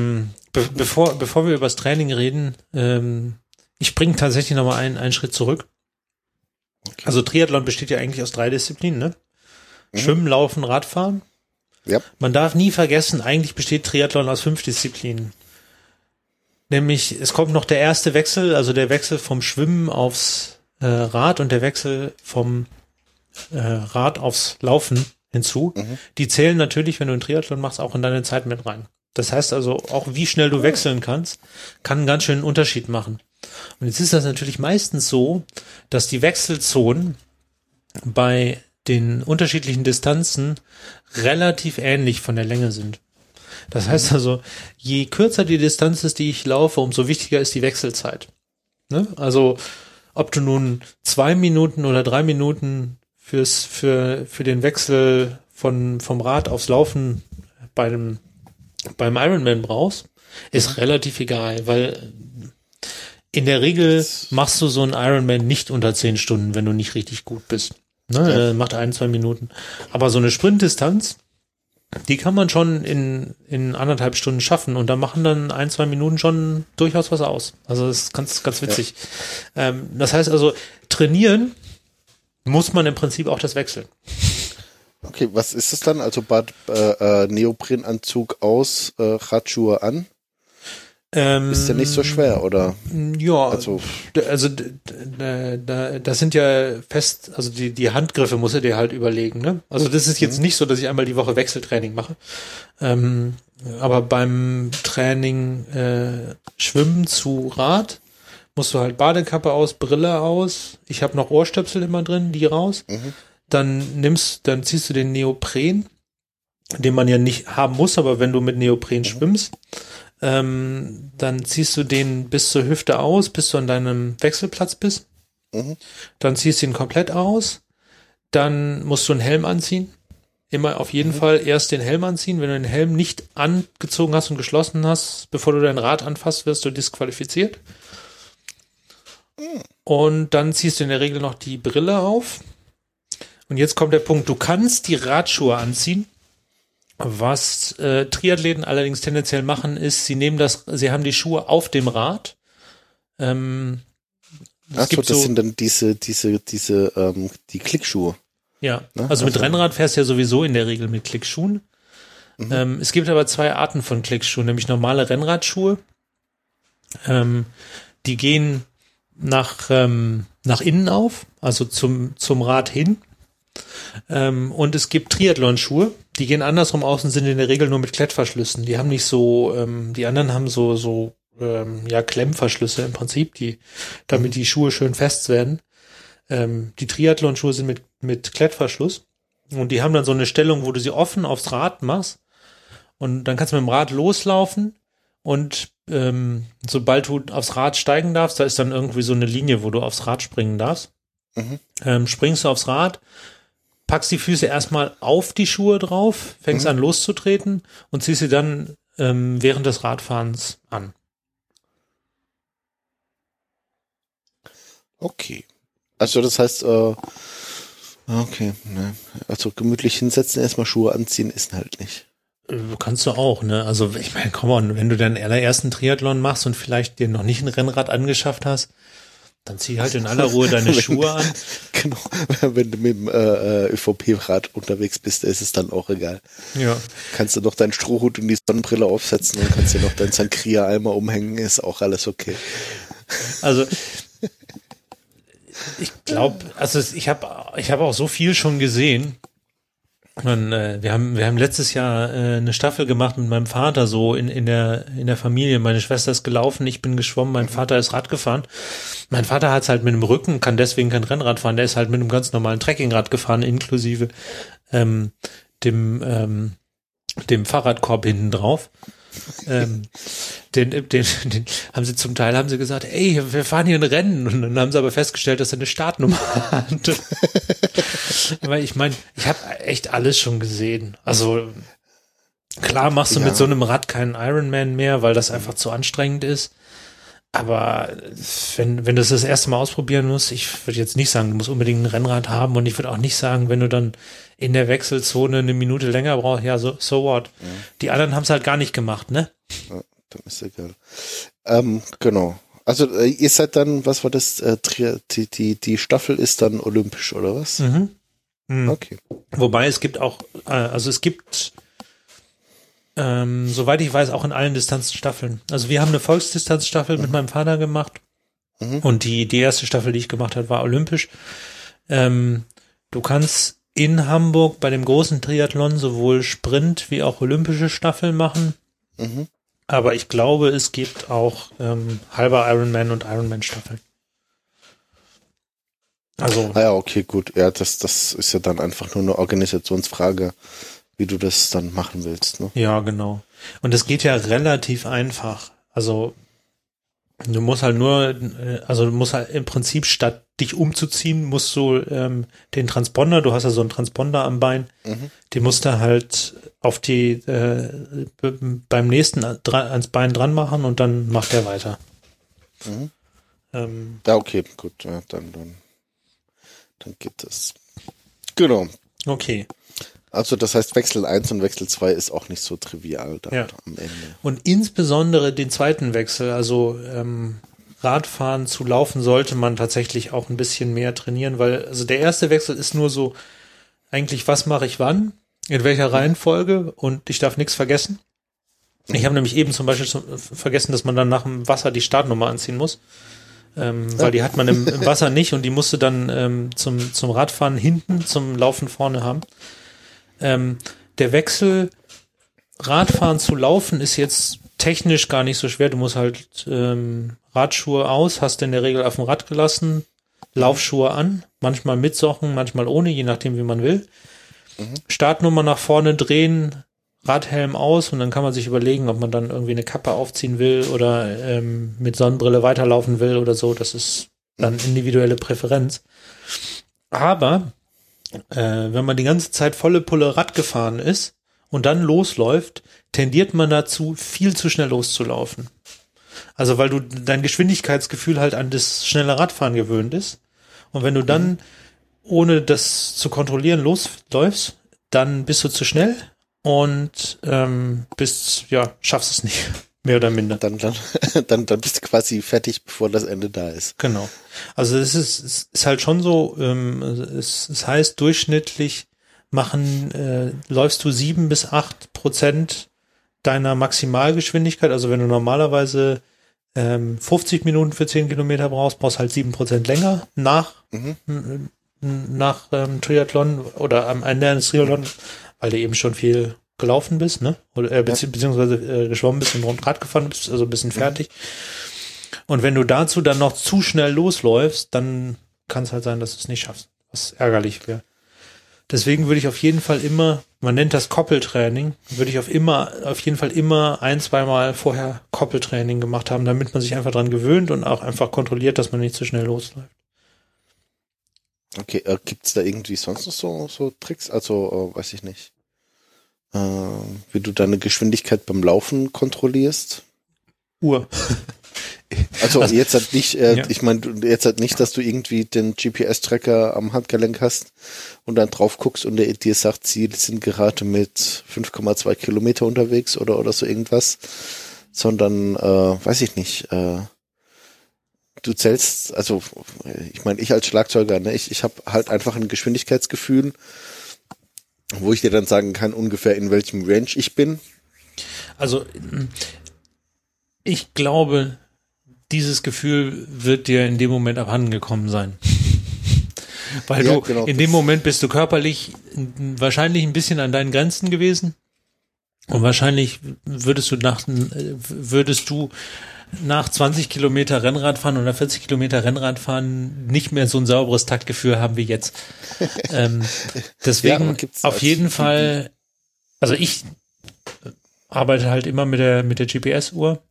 bevor wir über das Training reden, ich springe tatsächlich nochmal einen Schritt zurück. Okay. Also Triathlon besteht ja eigentlich aus 3 Disziplinen, ne? Schwimmen, Laufen, Radfahren.
Ja.
Man darf nie vergessen, eigentlich besteht Triathlon aus 5 Disziplinen. Nämlich, es kommt noch der erste Wechsel, also der Wechsel vom Schwimmen aufs Rad und der Wechsel vom Rad aufs Laufen hinzu. Die zählen natürlich, wenn du einen Triathlon machst, auch in deine Zeit mit rein. Das heißt also, auch wie schnell du wechseln kannst, kann einen ganz schönen Unterschied machen. Und jetzt ist das natürlich meistens so, dass die Wechselzonen bei den unterschiedlichen Distanzen relativ ähnlich von der Länge sind. Das heißt also, je kürzer die Distanz ist, die ich laufe, umso wichtiger ist die Wechselzeit. Ne? Also, ob du nun 2 Minuten oder 3 Minuten für den Wechsel vom Rad aufs Laufen beim Ironman brauchst, ist relativ egal, weil in der Regel machst du so einen Ironman nicht unter 10 Stunden, wenn du nicht richtig gut bist. Ne? Ja. Macht 1-2 Minuten. Aber so eine Sprintdistanz, die kann man schon in 1,5 Stunden schaffen und da machen dann 1-2 Minuten schon durchaus was aus. Also das ist ganz, ganz witzig. Ja. Das heißt also, trainieren muss man im Prinzip auch das wechseln.
Okay, was ist es dann? Also Neoprenanzug aus, Radschuhe an? Ist ja nicht so schwer, oder?
Ja, also das sind ja also die Handgriffe musst du dir halt überlegen, ne? Also das ist jetzt nicht so, dass ich einmal die Woche Wechseltraining mache. Aber beim Training Schwimmen zu Rad musst du halt Badekappe aus, Brille aus. Ich habe noch Ohrstöpsel immer drin, die raus. Dann ziehst du den Neopren, den man ja nicht haben muss, aber wenn du mit Neopren schwimmst, dann ziehst du den bis zur Hüfte aus, bis du an deinem Wechselplatz bist. Dann ziehst du ihn komplett aus. Dann musst du einen Helm anziehen. Immer auf jeden Fall erst den Helm anziehen. Wenn du den Helm nicht angezogen hast und geschlossen hast, bevor du dein Rad anfasst, wirst du disqualifiziert. Und dann ziehst du in der Regel noch die Brille auf. Und jetzt kommt der Punkt, du kannst die Radschuhe anziehen. Was Triathleten allerdings tendenziell machen, ist, sie haben die Schuhe auf dem Rad.
Achso, das sind dann die Klickschuhe.
Ja, also mit Rennrad fährst du ja sowieso in der Regel mit Klickschuhen. Es gibt aber 2 Arten von Klickschuhen, nämlich normale Rennradschuhe. Die gehen nach innen auf, also zum Rad hin. Und es gibt Triathlon-Schuhe, die gehen andersrum aus und sind in der Regel nur mit Klettverschlüssen. Die haben nicht so, die anderen haben so Klemmverschlüsse im Prinzip, damit die Schuhe schön fest werden. Die Triathlon-Schuhe sind mit Klettverschluss und die haben dann so eine Stellung, wo du sie offen aufs Rad machst und dann kannst du mit dem Rad loslaufen und sobald du aufs Rad steigen darfst, da ist dann irgendwie so eine Linie, wo du aufs Rad springen darfst. Springst du aufs Rad, packst die Füße erstmal auf die Schuhe drauf, fängst an loszutreten und ziehst sie dann während des Radfahrens an.
Okay. Also das heißt, okay, ne. Also gemütlich hinsetzen, erstmal Schuhe anziehen, ist halt nicht.
Kannst du auch, ne? Also ich meine, come on, wenn du deinen allerersten Triathlon machst und vielleicht dir noch nicht ein Rennrad angeschafft hast, dann zieh halt in aller Ruhe deine Schuhe an.
Genau, wenn du mit dem ÖVP-Rad unterwegs bist, ist es dann auch egal.
Ja.
Kannst du noch deinen Strohhut und die Sonnenbrille aufsetzen und kannst dir noch deinen Sankria-Eimer umhängen, ist auch alles okay.
Also ich glaube, also ich hab auch so viel schon gesehen. Und, wir haben letztes Jahr eine Staffel gemacht mit meinem Vater, so in der Familie. Meine Schwester ist gelaufen, ich bin geschwommen, mein Vater ist Rad gefahren. Mein Vater hat's halt mit dem Rücken, kann deswegen kein Rennrad fahren, der ist halt mit einem ganz normalen Trekkingrad gefahren, inklusive dem Fahrradkorb hinten drauf. Den haben sie zum Teil gesagt, ey, wir fahren hier ein Rennen, und dann haben sie aber festgestellt, dass er eine Startnummer hatte. Aber ich meine, ich habe echt alles schon gesehen. Also klar machst du mit so einem Rad keinen Ironman mehr, weil das einfach zu anstrengend ist. Aber wenn du das erste Mal ausprobieren musst, ich würde jetzt nicht sagen, du musst unbedingt ein Rennrad haben, und ich würde auch nicht sagen, wenn du dann in der Wechselzone eine Minute länger brauchst, ja, so what. Ja. Die anderen haben es halt gar nicht gemacht, ne?
Ja, dann ist egal. Genau. Also ihr seid dann, was war das? Die Staffel ist dann olympisch, oder was? Okay.
Wobei es gibt auch, soweit ich weiß, auch in allen Distanzstaffeln. Also wir haben eine Volksdistanzstaffel mit meinem Vater gemacht. Und die erste Staffel, die ich gemacht habe, war olympisch. Du kannst in Hamburg bei dem großen Triathlon sowohl Sprint wie auch olympische Staffeln machen. Aber ich glaube, es gibt auch halber Ironman und Ironman-Staffeln. Also.
Ah ja, okay, gut. Ja, das ist ja dann einfach nur eine Organisationsfrage, wie du das dann machen willst, ne?
Ja, genau. Und es geht ja relativ einfach. Also du musst halt im Prinzip, statt dich umzuziehen, musst du den Transponder, du hast ja so einen Transponder am Bein, den musst du halt auf beim nächsten ans Bein dran machen, und dann macht er weiter.
Ja, okay, gut, ja, dann geht das. Genau.
Okay.
Also das heißt, Wechsel 1 und Wechsel 2 ist auch nicht so trivial dann am Ende.
Und insbesondere den zweiten Wechsel, also Radfahren zu laufen, sollte man tatsächlich auch ein bisschen mehr trainieren, weil also der erste Wechsel ist nur so, eigentlich, was mache ich wann, in welcher Reihenfolge, und ich darf nichts vergessen. Ich habe nämlich eben zum Beispiel vergessen, dass man dann nach dem Wasser die Startnummer anziehen muss. Weil die hat man im Wasser nicht, und die musste dann zum Radfahren hinten, zum Laufen vorne haben. Der Wechsel Radfahren zu Laufen ist jetzt technisch gar nicht so schwer. Du musst halt Radschuhe aus, hast in der Regel auf dem Rad gelassen, Laufschuhe an, manchmal mit Socken, manchmal ohne, je nachdem wie man will. Startnummer nach vorne drehen, Radhelm aus, und dann kann man sich überlegen, ob man dann irgendwie eine Kappe aufziehen will oder mit Sonnenbrille weiterlaufen will oder so. Das ist dann individuelle Präferenz. Aber wenn man die ganze Zeit volle Pulle Rad gefahren ist und dann losläuft, tendiert man dazu, viel zu schnell loszulaufen. Also weil du dein Geschwindigkeitsgefühl halt an das schnelle Radfahren gewöhnt ist. Und wenn du dann, ohne das zu kontrollieren, losläufst, dann bist du zu schnell und schaffst es nicht. Mehr oder minder.
Dann bist du quasi fertig, bevor das Ende da ist.
Genau. Also es ist halt schon so, es heißt, durchschnittlich läufst du 7-8% deiner Maximalgeschwindigkeit. Also wenn du normalerweise 50 Minuten für 10 Kilometer brauchst halt 7% länger nach, nach Triathlon oder am Ende eines Triathlon, weil du eben schon viel gelaufen bist, ne? Oder beziehungsweise geschwommen bist und Rad gefahren bist, also ein bisschen fertig. Und wenn du dazu dann noch zu schnell losläufst, dann kann es halt sein, dass du es nicht schaffst, was ärgerlich wäre. Deswegen würde ich auf jeden Fall immer, man nennt das Koppeltraining, würde ich auf jeden Fall immer 1-2 Mal vorher Koppeltraining gemacht haben, damit man sich einfach dran gewöhnt und auch einfach kontrolliert, dass man nicht zu schnell losläuft.
Okay, gibt's da irgendwie sonst noch so Tricks? Also, weiß ich nicht. Wie du deine Geschwindigkeit beim Laufen kontrollierst?
Uhr.
Also jetzt halt nicht, ich meine, jetzt halt nicht, dass du irgendwie den GPS-Tracker am Handgelenk hast und dann drauf guckst und der dir sagt, sie sind gerade mit 5,2 Kilometer unterwegs oder so irgendwas, sondern, weiß ich nicht, du zählst, also ich meine, ich als Schlagzeuger, ne, ich habe halt einfach ein Geschwindigkeitsgefühl, wo ich dir dann sagen kann, ungefähr in welchem Range ich bin.
Also ich glaube, dieses Gefühl wird dir in dem Moment abhanden gekommen sein. Weil
Ja,
du,
genau,
in dem Moment bist du körperlich wahrscheinlich ein bisschen an deinen Grenzen gewesen. Und wahrscheinlich würdest du nach 20 Kilometer Rennradfahren oder 40 Kilometer Rennradfahren nicht mehr so ein sauberes Taktgefühl haben wie jetzt. Deswegen auf jeden Fall, also ich arbeite halt immer mit der GPS-Uhr.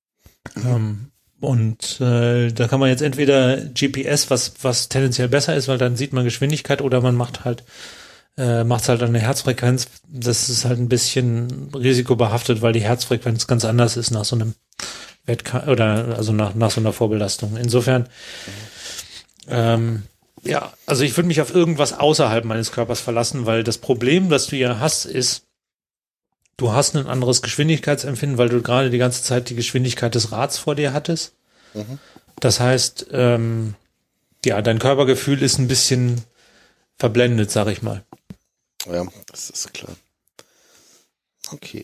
Und da kann man jetzt entweder GPS, was tendenziell besser ist, weil dann sieht man Geschwindigkeit, oder man macht's halt an der Herzfrequenz. Das ist halt ein bisschen risikobehaftet, weil die Herzfrequenz ganz anders ist nach so einem nach so einer Vorbelastung. Insofern, also ich würde mich auf irgendwas außerhalb meines Körpers verlassen, weil das Problem, das du ja hast, ist, du hast ein anderes Geschwindigkeitsempfinden, weil du gerade die ganze Zeit die Geschwindigkeit des Rads vor dir hattest. Das heißt, dein Körpergefühl ist ein bisschen verblendet, sag ich mal.
Ja, das ist klar. Okay.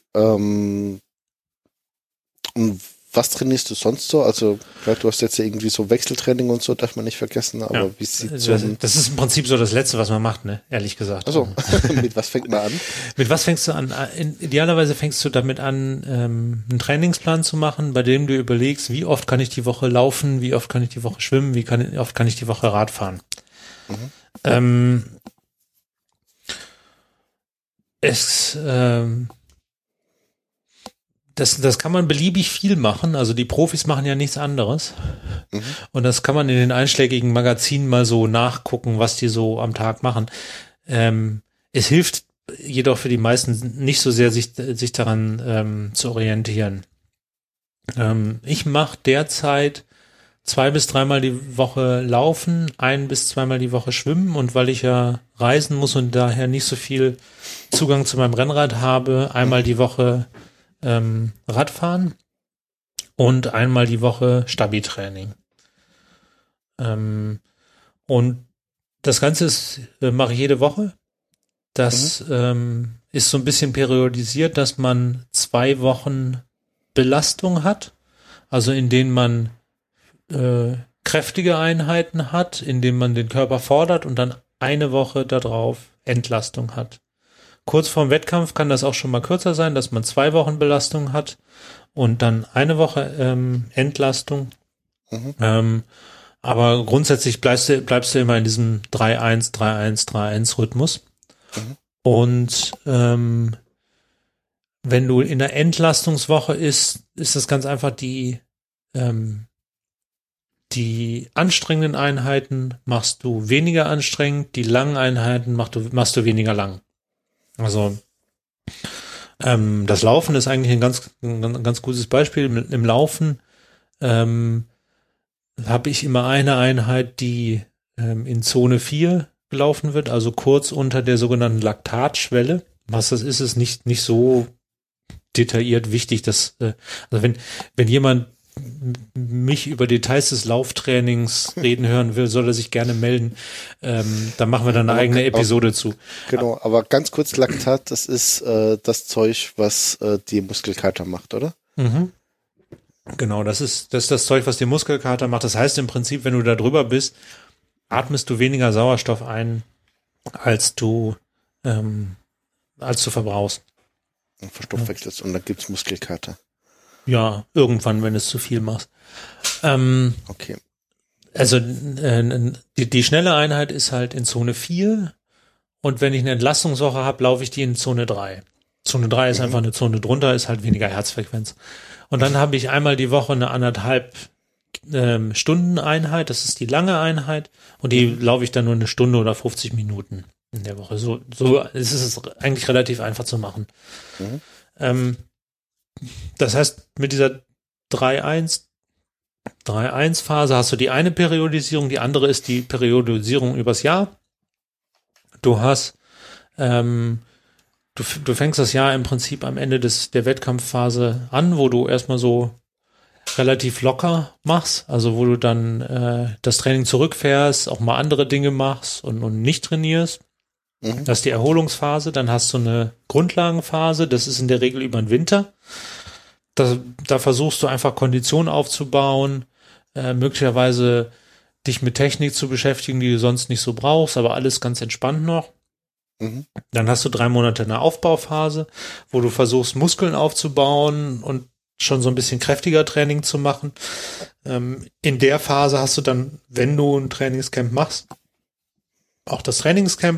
Und was trainierst du sonst so? Also, klar, du hast jetzt ja irgendwie so Wechseltraining und so, darf man nicht vergessen, aber wie sieht's so?
Das ist im Prinzip so das Letzte, was man macht, ne? Ehrlich gesagt.
Also, mit was fängt man an?
Mit was fängst du an? Idealerweise fängst du damit an, einen Trainingsplan zu machen, bei dem du überlegst, wie oft kann ich die Woche laufen, wie oft kann ich die Woche schwimmen, wie oft kann ich die Woche Rad fahren. Das kann man beliebig viel machen. Also die Profis machen ja nichts anderes. Und das kann man in den einschlägigen Magazinen mal so nachgucken, was die so am Tag machen. Es hilft jedoch für die meisten nicht so sehr, sich daran zu orientieren. Ich mache derzeit 2 bis 3 Mal die Woche laufen, 1 bis 2 Mal die Woche schwimmen, und weil ich ja reisen muss und daher nicht so viel Zugang zu meinem Rennrad habe, einmal die Woche Radfahren und einmal die Woche Stabi-Training. Und das Ganze mache ich jede Woche. Das ist so ein bisschen periodisiert, dass man 2 Wochen Belastung hat, also in denen man kräftige Einheiten hat, in denen man den Körper fordert, und dann eine Woche darauf Entlastung hat. Kurz vorm Wettkampf kann das auch schon mal kürzer sein, dass man 2 Wochen Belastung hat und dann eine Woche Entlastung. Aber grundsätzlich bleibst du immer in diesem 3-1, 3-1, 3-1 Rhythmus. Und wenn du in der Entlastungswoche ist das ganz einfach die anstrengenden Einheiten machst du weniger anstrengend, die langen Einheiten machst du weniger lang. Also das Laufen ist eigentlich ein ganz gutes Beispiel. Im Laufen habe ich immer eine Einheit, die in Zone 4 gelaufen wird, also kurz unter der sogenannten Laktatschwelle. Was das ist nicht so detailliert wichtig, dass also wenn jemand mich über Details des Lauftrainings reden hören will, soll er sich gerne melden. Da machen wir dann eine eigene Episode zu.
Genau, aber ganz kurz, Laktat, das ist das Zeug, was die Muskelkater macht, oder?
Genau, das ist das Zeug, was die Muskelkater macht. Das heißt im Prinzip, wenn du da drüber bist, atmest du weniger Sauerstoff ein, als du verbrauchst.
Und verstoffwechselst und dann gibt's Muskelkater.
Ja, irgendwann, wenn du es zu viel machst.
Okay.
Also die schnelle Einheit ist halt in Zone 4 und wenn ich eine Entlastungswoche habe, laufe ich die in Zone 3. Zone 3 ist einfach eine Zone drunter, ist halt weniger Herzfrequenz. Und dann habe ich einmal die Woche eine 1,5 Stunden Einheit, das ist die lange Einheit und die laufe ich dann nur eine Stunde oder 50 Minuten in der Woche. So ist es eigentlich relativ einfach zu machen. Das heißt, mit dieser 3-1-Phase hast du die eine Periodisierung, die andere ist die Periodisierung übers Jahr. Du hast, du fängst das Jahr im Prinzip am Ende der Wettkampfphase an, wo du erstmal so relativ locker machst, also wo du dann das Training zurückfährst, auch mal andere Dinge machst und nicht trainierst. Das ist die Erholungsphase, dann hast du eine Grundlagenphase, das ist in der Regel über den Winter. Da versuchst du einfach Kondition aufzubauen, möglicherweise dich mit Technik zu beschäftigen, die du sonst nicht so brauchst, aber alles ganz entspannt noch. Dann hast du 3 Monate eine Aufbauphase, wo du versuchst, Muskeln aufzubauen und schon so ein bisschen kräftiger Training zu machen. In der Phase hast du dann, wenn du ein Trainingscamp machst, auch das Trainingscamp.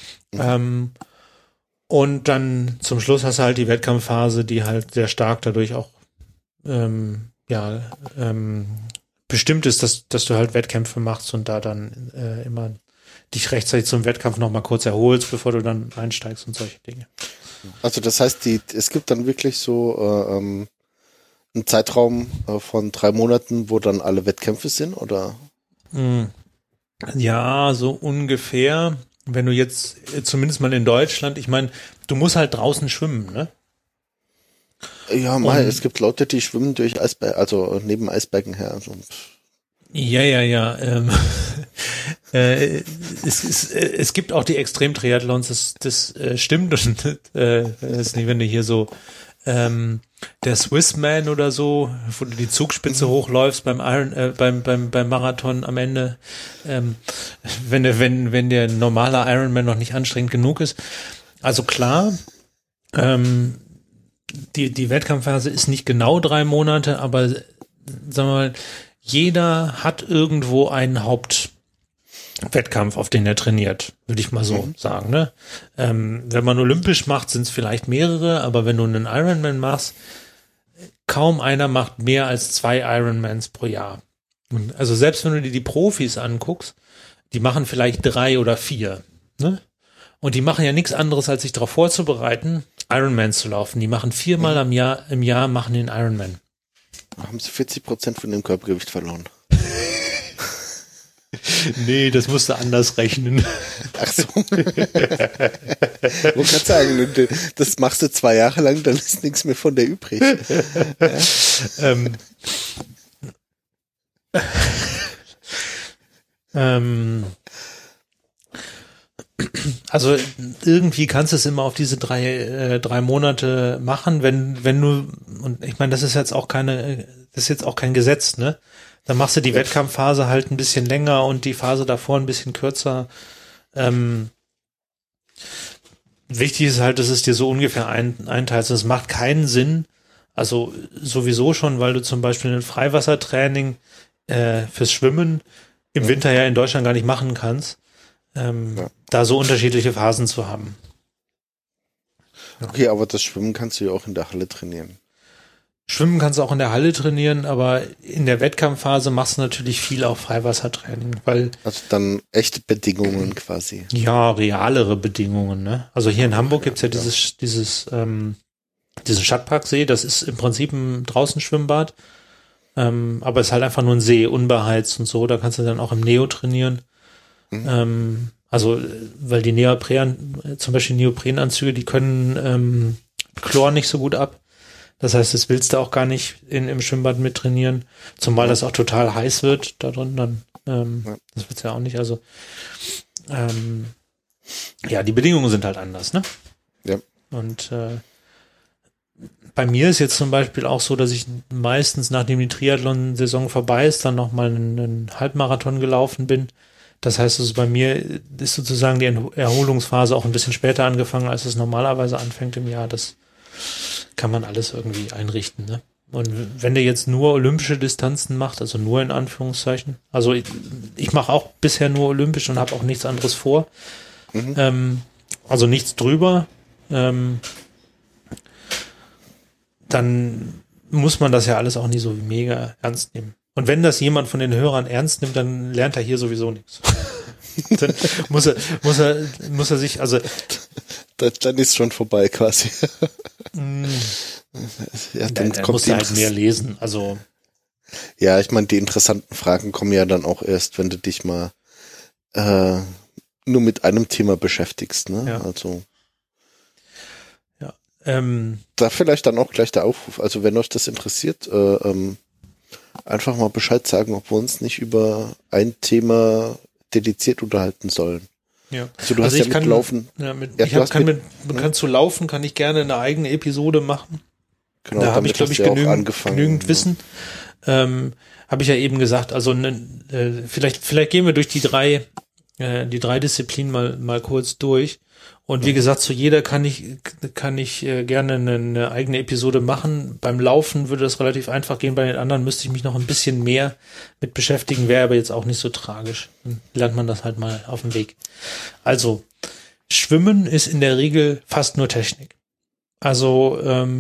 Und dann zum Schluss hast du halt die Wettkampfphase, die halt sehr stark dadurch auch bestimmt ist, dass du halt Wettkämpfe machst und da dann immer dich rechtzeitig zum Wettkampf noch mal kurz erholst, bevor du dann einsteigst und solche Dinge.
Also das heißt, es gibt dann wirklich so einen Zeitraum von 3 Monaten, wo dann alle Wettkämpfe sind, oder?
Ja, so ungefähr. Wenn du jetzt zumindest mal in Deutschland, ich meine, du musst halt draußen schwimmen, ne?
Ja, es gibt Leute, die schwimmen durch Eisberge, also neben Eisbergen her. Also.
Ja. Es gibt auch die Extrem-Triathlons, das stimmt. Und das ist nicht, wenn du hier so der Swissman oder so, wo du die Zugspitze hochläufst beim Marathon am Ende, wenn der normale Ironman noch nicht anstrengend genug ist. Also klar, die Wettkampfphase ist nicht genau 3 Monate, aber sagen wir mal, jeder hat irgendwo einen Hauptwettkampf, auf den er trainiert, würde ich mal so sagen. Ne? Wenn man olympisch macht, sind es vielleicht mehrere, aber wenn du einen Ironman machst, kaum einer macht mehr als 2 Ironmans pro Jahr. Und also selbst wenn du dir die Profis anguckst, die machen vielleicht 3 oder 4. Ne? Und die machen ja nichts anderes, als sich darauf vorzubereiten, Ironmans zu laufen. Die machen 4-mal im Jahr machen den Ironman.
Da haben sie 40% von dem Körpergewicht verloren.
Nee, das musst du anders rechnen.
Ach so. Man kann sagen, das machst du 2 Jahre lang, dann ist nichts mehr von der übrig.
Also irgendwie kannst du es immer auf diese 3 Monate machen, wenn du, und ich meine, das ist jetzt auch kein Gesetz, ne? Dann machst du die Wettkampfphase halt ein bisschen länger und die Phase davor ein bisschen kürzer. Wichtig ist halt, dass es dir so ungefähr einteilst. Es macht keinen Sinn, also sowieso schon, weil du zum Beispiel ein Freiwassertraining fürs Schwimmen im Winter ja in Deutschland gar nicht machen kannst, da so unterschiedliche Phasen zu haben.
Okay, aber das Schwimmen kannst du ja auch in der Halle trainieren.
Schwimmen kannst du auch in der Halle trainieren, aber in der Wettkampfphase machst du natürlich viel auch Freiwassertraining, weil
also dann echte Bedingungen quasi.
Ja, realere Bedingungen, ne? Also hier in Hamburg gibt's ja diesen Stadtparksee, das ist im Prinzip ein Draußenschwimmbad, aber es ist halt einfach nur ein See, unbeheizt und so, da kannst du dann auch im Neo trainieren. Also, weil die zum Beispiel Neoprenanzüge, die können Chlor nicht so gut ab. Das heißt, das willst du auch gar nicht im Schwimmbad mit trainieren, zumal das auch total heiß wird da drin, dann das wird's ja auch nicht. Also ja, die Bedingungen sind halt anders, ne?
Ja.
Und bei mir ist jetzt zum Beispiel auch so, dass ich meistens, nachdem die Triathlon-Saison vorbei ist, dann nochmal einen Halbmarathon gelaufen bin. Das heißt, also bei mir ist sozusagen die Erholungsphase auch ein bisschen später angefangen, als es normalerweise anfängt im Jahr. Das kann man alles irgendwie einrichten, ne? Und wenn der jetzt nur olympische Distanzen macht, also nur in Anführungszeichen, also ich mache auch bisher nur olympisch und habe auch nichts anderes vor, also nichts drüber, dann muss man das ja alles auch nie so mega ernst nehmen. Und wenn das jemand von den Hörern ernst nimmt, dann lernt er hier sowieso nichts. Dann muss er sich, also
dann ist schon vorbei quasi. Ja, dann
muss er halt mehr lesen. Also
ja, ich meine, die interessanten Fragen kommen ja dann auch erst, wenn du dich mal nur mit einem Thema beschäftigst, ne?
Ja.
Also
ja,
da vielleicht dann auch gleich der Aufruf. Also wenn euch das interessiert, einfach mal Bescheid sagen, ob wir uns nicht über ein Thema dediziert unterhalten sollen.
ja.
Also du hast ja mit Laufen.
Ja, zu Laufen kann ich gerne eine eigene Episode machen.
Genau,
da habe ich, glaube ich, genügend Wissen. Habe ich ja eben gesagt. Also vielleicht gehen wir durch die drei Disziplinen mal kurz durch. Und wie gesagt, zu jeder kann ich gerne eine eigene Episode machen. Beim Laufen würde das relativ einfach gehen. Bei den anderen müsste ich mich noch ein bisschen mehr mit beschäftigen. Wäre aber jetzt auch nicht so tragisch. Dann lernt man das halt mal auf dem Weg. Also Schwimmen ist in der Regel fast nur Technik. Also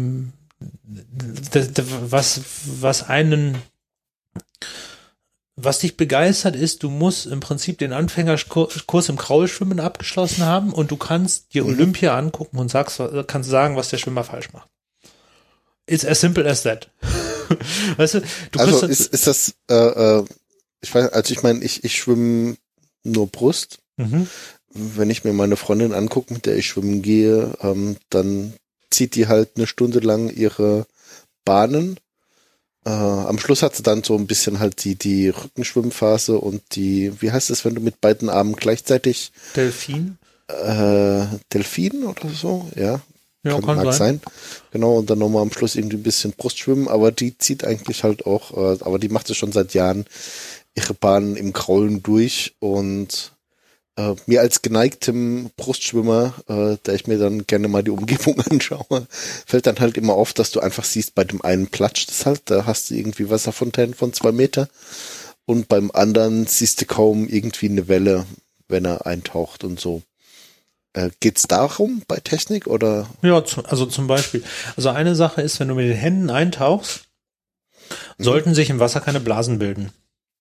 was dich begeistert ist, du musst im Prinzip den Anfängerkurs im Kraulschwimmen abgeschlossen haben und du kannst dir Olympia angucken und kannst sagen, was der Schwimmer falsch macht. It's as simple as that. Weißt du,
also ist das, ich weiß, also ich meine, ich schwimme nur Brust. Wenn ich mir meine Freundin angucke, mit der ich schwimmen gehe, dann zieht die halt eine Stunde lang ihre Bahnen. Am Schluss hat sie dann so ein bisschen halt die Rückenschwimmphase und wie heißt es, wenn du mit beiden Armen gleichzeitig
Delfin?
Delfin oder so, ja.
Ja, kann
mag
sein.
Genau, und dann nochmal am Schluss irgendwie ein bisschen Brustschwimmen, aber die zieht eigentlich halt auch, aber die macht es schon seit Jahren, ihre Bahnen im Kraulen durch und mir als geneigtem Brustschwimmer, da ich mir dann gerne mal die Umgebung anschaue, fällt dann halt immer auf, dass du einfach siehst, bei dem einen platscht es halt, da hast du irgendwie Wasserfontänen von 2 Meter und beim anderen siehst du kaum irgendwie eine Welle, wenn er eintaucht und so. Geht's darum bei Technik oder?
Ja, also zum Beispiel. Also eine Sache ist, wenn du mit den Händen eintauchst, sollten sich im Wasser keine Blasen bilden.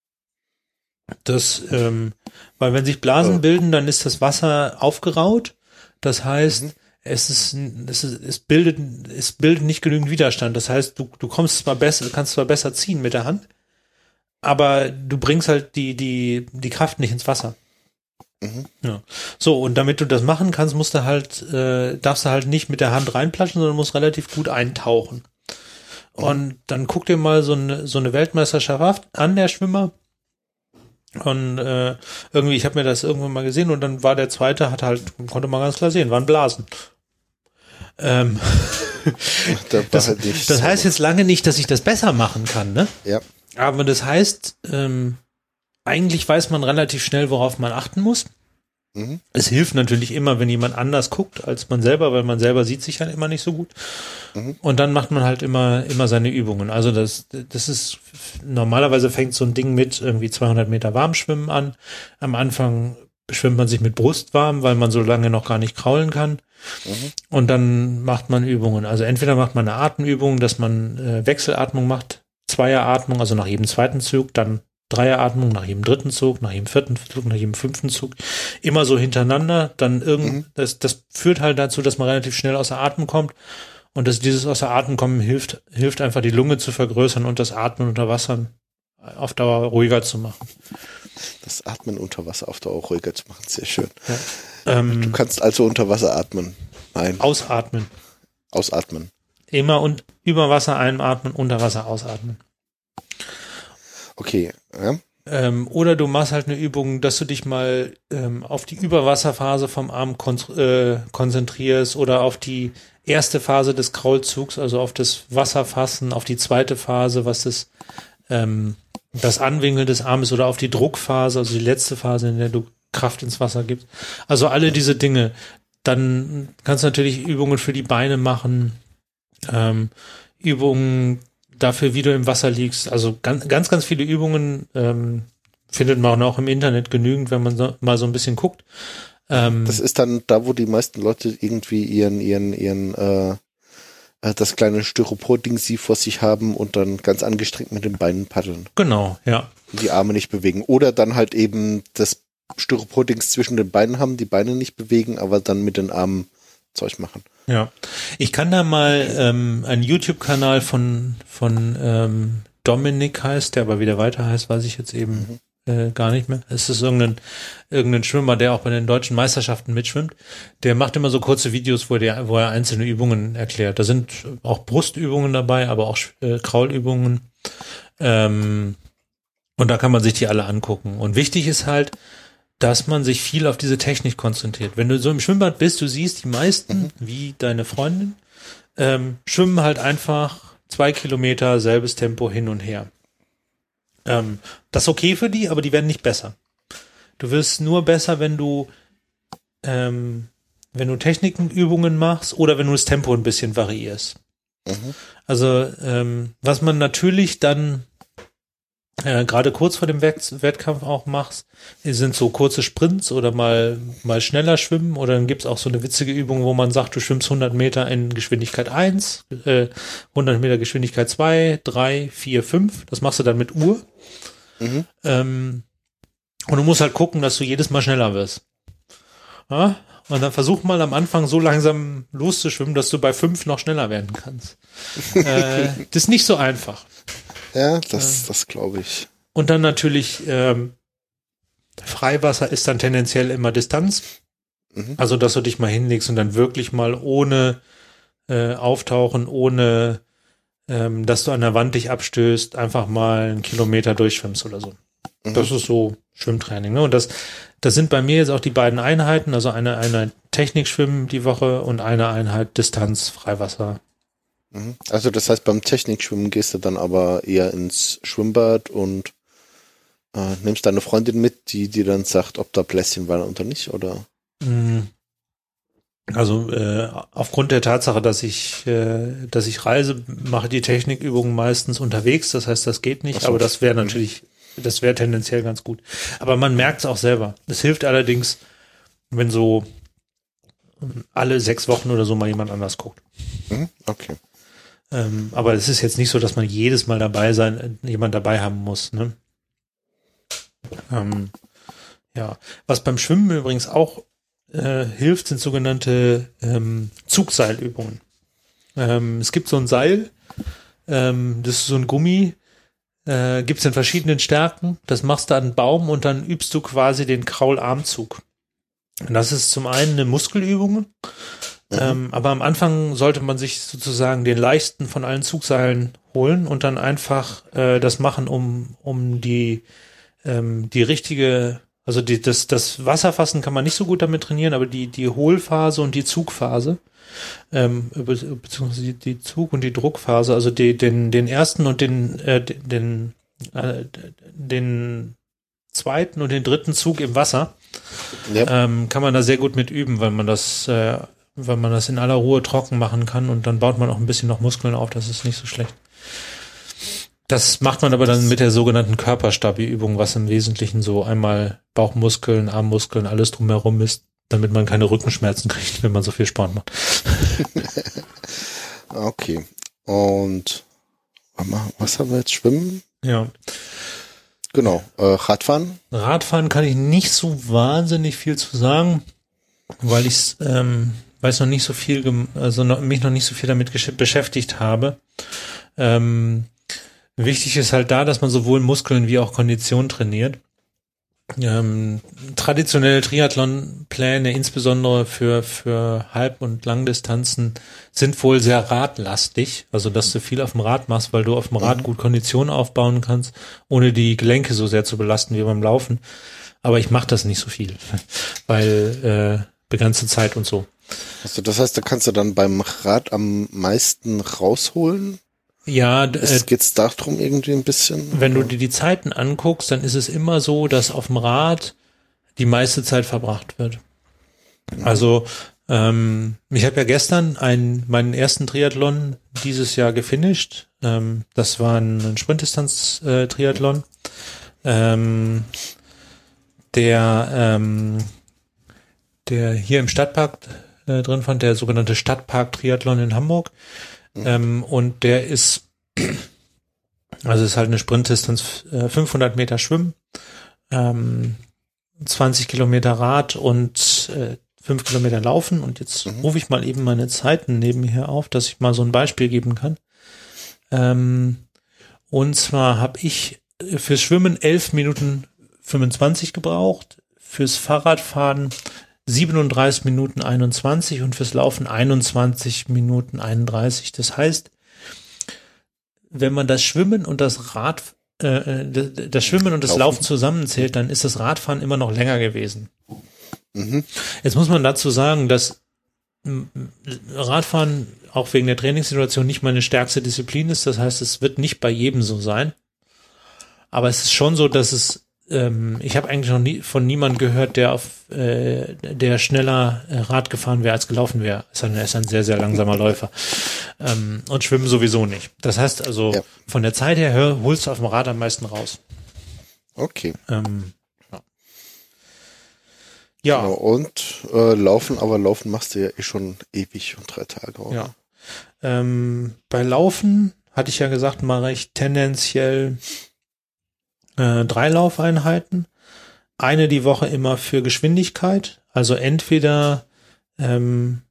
Weil wenn sich Blasen bilden, dann ist das Wasser aufgeraut. Das heißt, es bildet nicht genügend Widerstand. Das heißt, du kannst zwar besser ziehen mit der Hand, aber du bringst halt die Kraft nicht ins Wasser. Ja. So, und damit du das machen kannst, darfst du halt nicht mit der Hand reinplatschen, sondern musst relativ gut eintauchen. Und dann guck dir mal so eine Weltmeisterschaft an, der Schwimmer. Und irgendwie, ich habe mir das irgendwann mal gesehen und dann war der Zweite, konnte man ganz klar sehen, waren Blasen. Das heißt jetzt lange nicht, dass ich das besser machen kann, ne?
Ja.
Aber das heißt, eigentlich weiß man relativ schnell, worauf man achten muss. Es hilft natürlich immer, wenn jemand anders guckt als man selber, weil man selber sieht sich halt immer nicht so gut. Und dann macht man halt immer seine Übungen. Also das ist, normalerweise fängt so ein Ding mit irgendwie 200 Meter Warmschwimmen an. Am Anfang schwimmt man sich mit Brust warm, weil man so lange noch gar nicht kraulen kann. Und dann macht man Übungen. Also entweder macht man eine Atemübung, dass man Wechselatmung macht, Zweieratmung, also nach jedem zweiten Zug, dann Dreieratmung, nach jedem dritten Zug, nach jedem vierten Zug, nach jedem fünften Zug, immer so hintereinander, dann das führt halt dazu, dass man relativ schnell außer Atem kommt und dieses außer Atem kommen hilft einfach die Lunge zu vergrößern und das Atmen unter Wasser auf Dauer ruhiger zu machen.
Das Atmen unter Wasser auf Dauer ruhiger zu machen, sehr schön.
Ja.
Du kannst also unter Wasser atmen. Nein.
Ausatmen.
Ausatmen.
Immer und über Wasser einatmen, unter Wasser ausatmen.
Okay, ja.
Oder du machst halt eine Übung, dass du dich mal auf die Überwasserphase vom Arm konzentrierst oder auf die erste Phase des Kraulzugs, also auf das Wasserfassen, auf die zweite Phase, was das das Anwinkeln des Armes oder auf die Druckphase, also die letzte Phase, in der du Kraft ins Wasser gibst. Also alle diese Dinge. Dann kannst du natürlich Übungen für die Beine machen, Übungen dafür, wie du im Wasser liegst. Also ganz viele Übungen findet man auch im Internet genügend, wenn man mal so ein bisschen guckt.
Das ist dann da, wo die meisten Leute irgendwie ihren das kleine Styropor-Ding sie vor sich haben und dann ganz angestrengt mit den Beinen paddeln.
Genau, ja.
Die Arme nicht bewegen. Oder dann halt eben das Styropor-Dings zwischen den Beinen haben, die Beine nicht bewegen, aber dann mit den Armen Zeug machen.
Ja. Ich kann da mal einen YouTube-Kanal von Dominik heißt, der aber wieder weiter heißt, weiß ich jetzt eben gar nicht mehr. Es ist irgendein Schwimmer, der auch bei den deutschen Meisterschaften mitschwimmt. Der macht immer so kurze Videos, wo er einzelne Übungen erklärt. Da sind auch Brustübungen dabei, aber auch Kraulübungen. Und da kann man sich die alle angucken. Und wichtig ist halt, dass man sich viel auf diese Technik konzentriert. Wenn du so im Schwimmbad bist, du siehst die meisten, wie deine Freundin, schwimmen halt einfach 2 Kilometer, selbes Tempo hin und her. Das ist okay für die, aber die werden nicht besser. Du wirst nur besser, wenn du Technikenübungen machst oder wenn du das Tempo ein bisschen variierst. Also was man natürlich dann gerade kurz vor dem Wettkampf auch machst, sind so kurze Sprints oder mal schneller schwimmen, oder dann gibt's auch so eine witzige Übung, wo man sagt, du schwimmst 100 Meter in Geschwindigkeit 1, 100 Meter Geschwindigkeit 2, 3, 4, 5. Das machst du dann mit Uhr. Und du musst halt gucken, dass du jedes Mal schneller wirst. Ja? Und dann versuch mal am Anfang so langsam loszuschwimmen, dass du bei 5 noch schneller werden kannst. Das ist nicht so einfach.
Ja, das glaube ich.
Und dann natürlich Freiwasser ist dann tendenziell immer Distanz. Also, dass du dich mal hinlegst und dann wirklich mal ohne Auftauchen, ohne dass du an der Wand dich abstößt, einfach mal 1 Kilometer durchschwimmst oder so. Das ist so Schwimmtraining. Ne? Und das sind bei mir jetzt auch die beiden Einheiten, also eine Einheit Technikschwimmen die Woche und eine Einheit Distanz, Freiwasser.
Also das heißt, beim Technikschwimmen gehst du dann aber eher ins Schwimmbad und nimmst deine Freundin mit, die dann sagt, ob da Bläschen waren oder nicht, oder?
Also aufgrund der Tatsache, dass ich reise, mache die Technikübungen meistens unterwegs. Das heißt, das geht nicht, aber das wäre natürlich, das wäre tendenziell ganz gut. Aber man merkt es auch selber. Es hilft allerdings, wenn so alle 6 Wochen oder so mal jemand anders guckt.
Okay.
Aber es ist jetzt nicht so, dass man jedes Mal jemand dabei haben muss. Ne? Ja. Was beim Schwimmen übrigens auch hilft, sind sogenannte Zugseilübungen. Es gibt so ein Seil, das ist so ein Gummi, gibt's in verschiedenen Stärken. Das machst du an einen Baum und dann übst du quasi den Kraularmzug. Und das ist zum einen eine Muskelübung, aber am Anfang sollte man sich sozusagen den leichten von allen Zugseilen holen und dann einfach das machen, um die richtige, also das Wasserfassen kann man nicht so gut damit trainieren, aber die Hohlphase und die Zugphase, beziehungsweise die Zug- und die Druckphase, also den ersten und den zweiten und den dritten Zug im Wasser, kann man da sehr gut mit üben, weil man das in aller Ruhe trocken machen kann, und dann baut man auch ein bisschen noch Muskeln auf, das ist nicht so schlecht. Das macht man aber dann mit der sogenannten Körperstabi-Übung, was im Wesentlichen so einmal Bauchmuskeln, Armmuskeln, alles drumherum ist, damit man keine Rückenschmerzen kriegt, wenn man so viel Sport macht.
Okay. Und was haben wir jetzt? Schwimmen?
Ja.
Genau. Radfahren?
Radfahren kann ich nicht so wahnsinnig viel zu sagen, weil ich mich noch nicht so viel damit beschäftigt habe. Wichtig ist halt da, dass man sowohl Muskeln wie auch Kondition trainiert. Traditionelle Triathlon-Pläne, insbesondere für Halb- und Langdistanzen, sind wohl sehr radlastig. Also, dass du viel auf dem Rad machst, weil du auf dem Rad gut Kondition aufbauen kannst, ohne die Gelenke so sehr zu belasten wie beim Laufen. Aber ich mache das nicht so viel, weil begrenzte Zeit und so.
Also das heißt, da kannst du dann beim Rad am meisten rausholen?
Ja,
Geht's darum irgendwie ein bisschen?
wenn du dir die Zeiten anguckst, dann ist es immer so, dass auf dem Rad die meiste Zeit verbracht wird. Also ich habe ja gestern meinen ersten Triathlon dieses Jahr gefinisht. Das war ein Sprintdistanz-Triathlon. Der hier im Stadtpark drin fand, der sogenannte Stadtpark-Triathlon in Hamburg. Und der ist, also ist halt eine Sprintdistanz, 500 Meter Schwimmen, 20 Kilometer Rad und 5 Kilometer Laufen. Und jetzt rufe ich mal eben meine Zeiten nebenher auf, dass ich mal so ein Beispiel geben kann. Und zwar habe ich fürs Schwimmen 11 Minuten 25 gebraucht, fürs Fahrradfahren 37 Minuten 21 und fürs Laufen 21 Minuten 31. Das heißt, wenn man das Schwimmen und das Schwimmen und das Laufen zusammenzählt, dann ist das Radfahren immer noch länger gewesen. Jetzt muss man dazu sagen, dass Radfahren auch wegen der Trainingssituation nicht meine stärkste Disziplin ist. Das heißt, es wird nicht bei jedem so sein. Aber es ist schon so, dass es ich habe eigentlich noch nie von niemandem gehört, der schneller Rad gefahren wäre als gelaufen wäre. Er ist ein sehr, sehr langsamer Läufer. Und Schwimmen sowieso nicht. Das heißt also, von der Zeit her holst du auf dem Rad am meisten raus.
Okay.
Ja.
Genau, und Laufen machst du ja schon ewig und 3 Tage auch.
Ja. Bei Laufen, hatte ich ja gesagt, mache ich tendenziell 3 Laufeinheiten. Eine die Woche immer für Geschwindigkeit, also entweder eine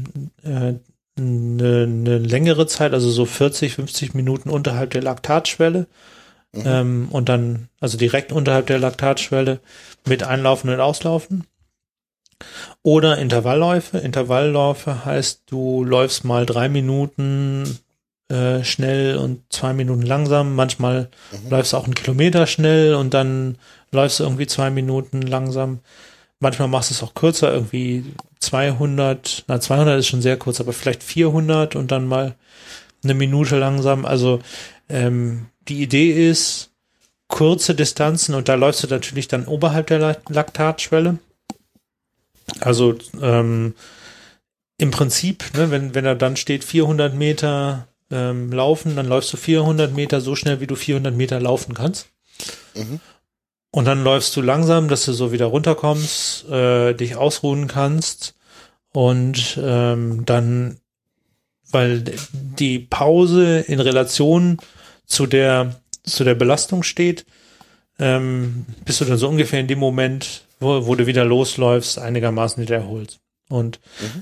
längere Zeit, also so 40, 50 Minuten unterhalb der Laktatschwelle und dann, also direkt unterhalb der Laktatschwelle mit Einlaufen und Auslaufen. Oder Intervallläufe. Intervallläufe heißt, du läufst mal 3 Minuten schnell und 2 Minuten langsam. Manchmal läufst du auch 1 Kilometer schnell und dann läufst du irgendwie 2 Minuten langsam. Manchmal machst du es auch kürzer, irgendwie 200 ist schon sehr kurz, aber vielleicht 400 und dann mal 1 Minute langsam. Also die Idee ist, kurze Distanzen und da läufst du natürlich dann oberhalb der Laktatschwelle. Also im Prinzip, ne, wenn da dann steht 400 Meter laufen, dann läufst du 400 Meter so schnell, wie du 400 Meter laufen kannst. Und dann läufst du langsam, dass du so wieder runterkommst, dich ausruhen kannst und dann, weil die Pause in Relation zu der Belastung steht, bist du dann so ungefähr in dem Moment, wo du wieder losläufst, einigermaßen wieder erholst. Und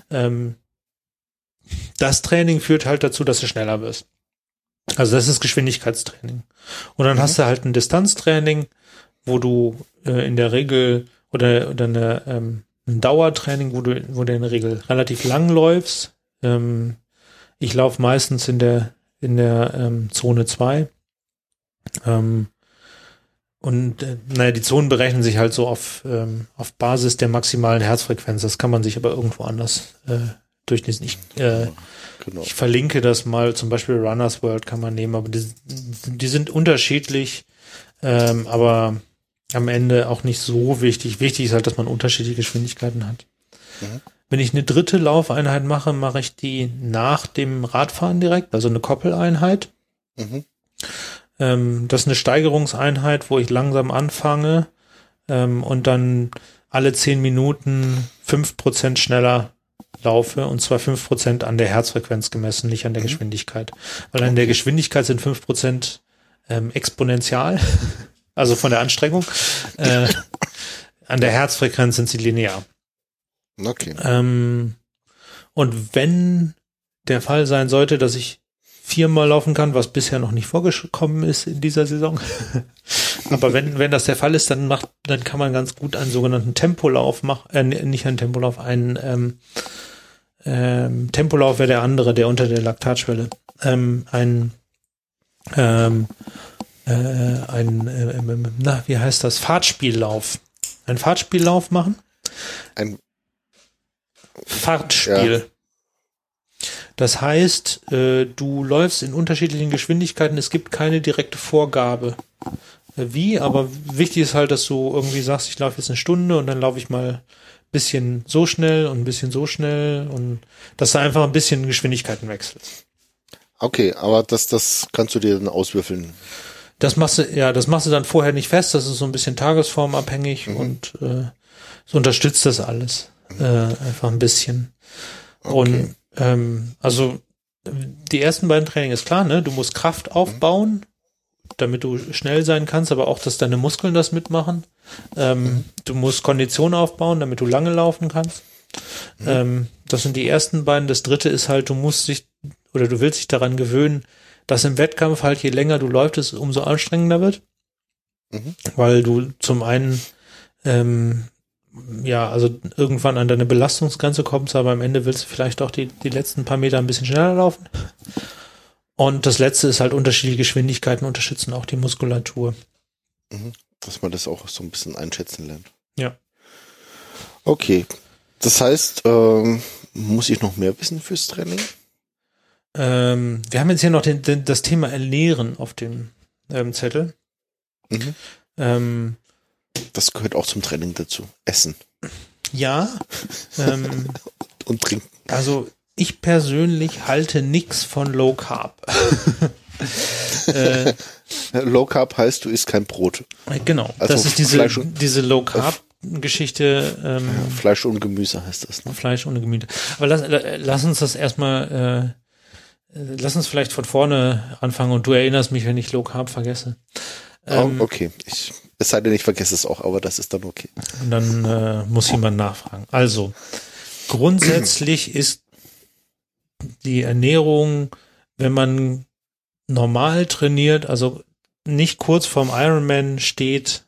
das Training führt halt dazu, dass du schneller wirst. Also das ist Geschwindigkeitstraining. Und dann hast du halt ein Distanztraining, wo du in der Regel oder ein Dauertraining, wo du in der Regel relativ lang läufst. Ich laufe meistens in der Zone 2. Die Zonen berechnen sich halt so auf Basis der maximalen Herzfrequenz. Das kann man sich aber irgendwo anders durchlesen. Ich verlinke das mal, zum Beispiel Runners World kann man nehmen, aber die sind unterschiedlich, aber am Ende auch nicht so wichtig. Wichtig ist halt, dass man unterschiedliche Geschwindigkeiten hat. Wenn ich eine dritte Laufeinheit mache, mache ich die nach dem Radfahren direkt, also eine Koppeleinheit. Das ist eine Steigerungseinheit, wo ich langsam anfange und dann alle 10 Minuten 5% schneller laufe, und zwar 5% an der Herzfrequenz gemessen, nicht an der Geschwindigkeit. Weil an der Geschwindigkeit sind 5% exponentiell, also von der Anstrengung. An der Herzfrequenz sind sie linear.
Okay.
Und wenn der Fall sein sollte, dass ich 4-mal laufen kann, was bisher noch nicht vorgekommen ist in dieser Saison. Aber wenn das der Fall ist, dann kann man ganz gut einen sogenannten Tempolauf machen, nicht einen Tempolauf, einen Tempolauf wäre der andere, der unter der Laktatschwelle, wie heißt das? Fahrtspiellauf. Ein Fahrtspiellauf machen?
Ein
Fahrtspiel.
Ja.
Das heißt, du läufst in unterschiedlichen Geschwindigkeiten. Es gibt keine direkte Vorgabe. Wie, aber wichtig ist halt, dass du irgendwie sagst, ich laufe jetzt eine Stunde und dann laufe ich mal ein bisschen so schnell und ein bisschen so schnell und dass du einfach ein bisschen Geschwindigkeiten wechselst.
Okay, aber das kannst du dir dann auswürfeln.
Das machst du dann vorher nicht fest, das ist so ein bisschen tagesformabhängig und so unterstützt das alles einfach ein bisschen.
Okay.
Und also die ersten beiden Training ist klar, ne? Du musst Kraft aufbauen, damit du schnell sein kannst, aber auch, dass deine Muskeln das mitmachen. Du musst Kondition aufbauen, damit du lange laufen kannst. Das sind die ersten beiden. Das dritte ist halt, du willst dich daran gewöhnen, dass im Wettkampf halt je länger du läufst, es umso anstrengender wird. Weil du zum einen also irgendwann an deine Belastungsgrenze kommst, aber am Ende willst du vielleicht auch die letzten paar Meter ein bisschen schneller laufen. Und das letzte ist halt unterschiedliche Geschwindigkeiten unterstützen auch die Muskulatur.
Dass man das auch so ein bisschen einschätzen lernt.
Ja.
Okay. Das heißt, muss ich noch mehr wissen fürs Training?
Wir haben jetzt hier noch das Thema Ernähren auf dem Zettel.
Das gehört auch zum Training dazu. Essen.
Ja.
Und trinken.
Also ich persönlich halte nichts von Low Carb.
Low Carb heißt, du isst kein Brot.
Genau. Also das ist diese Low Carb Geschichte.
Fleisch und Gemüse heißt das. Ne?
Fleisch ohne Gemüse. Aber lass uns das erstmal, lass uns vielleicht von vorne anfangen und du erinnerst mich, wenn ich Low Carb vergesse.
Okay. Es sei denn, ich vergesse es auch, aber das ist dann okay.
Und dann muss jemand nachfragen. Also, grundsätzlich ist die Ernährung, wenn man normal trainiert, also nicht kurz vorm Ironman steht,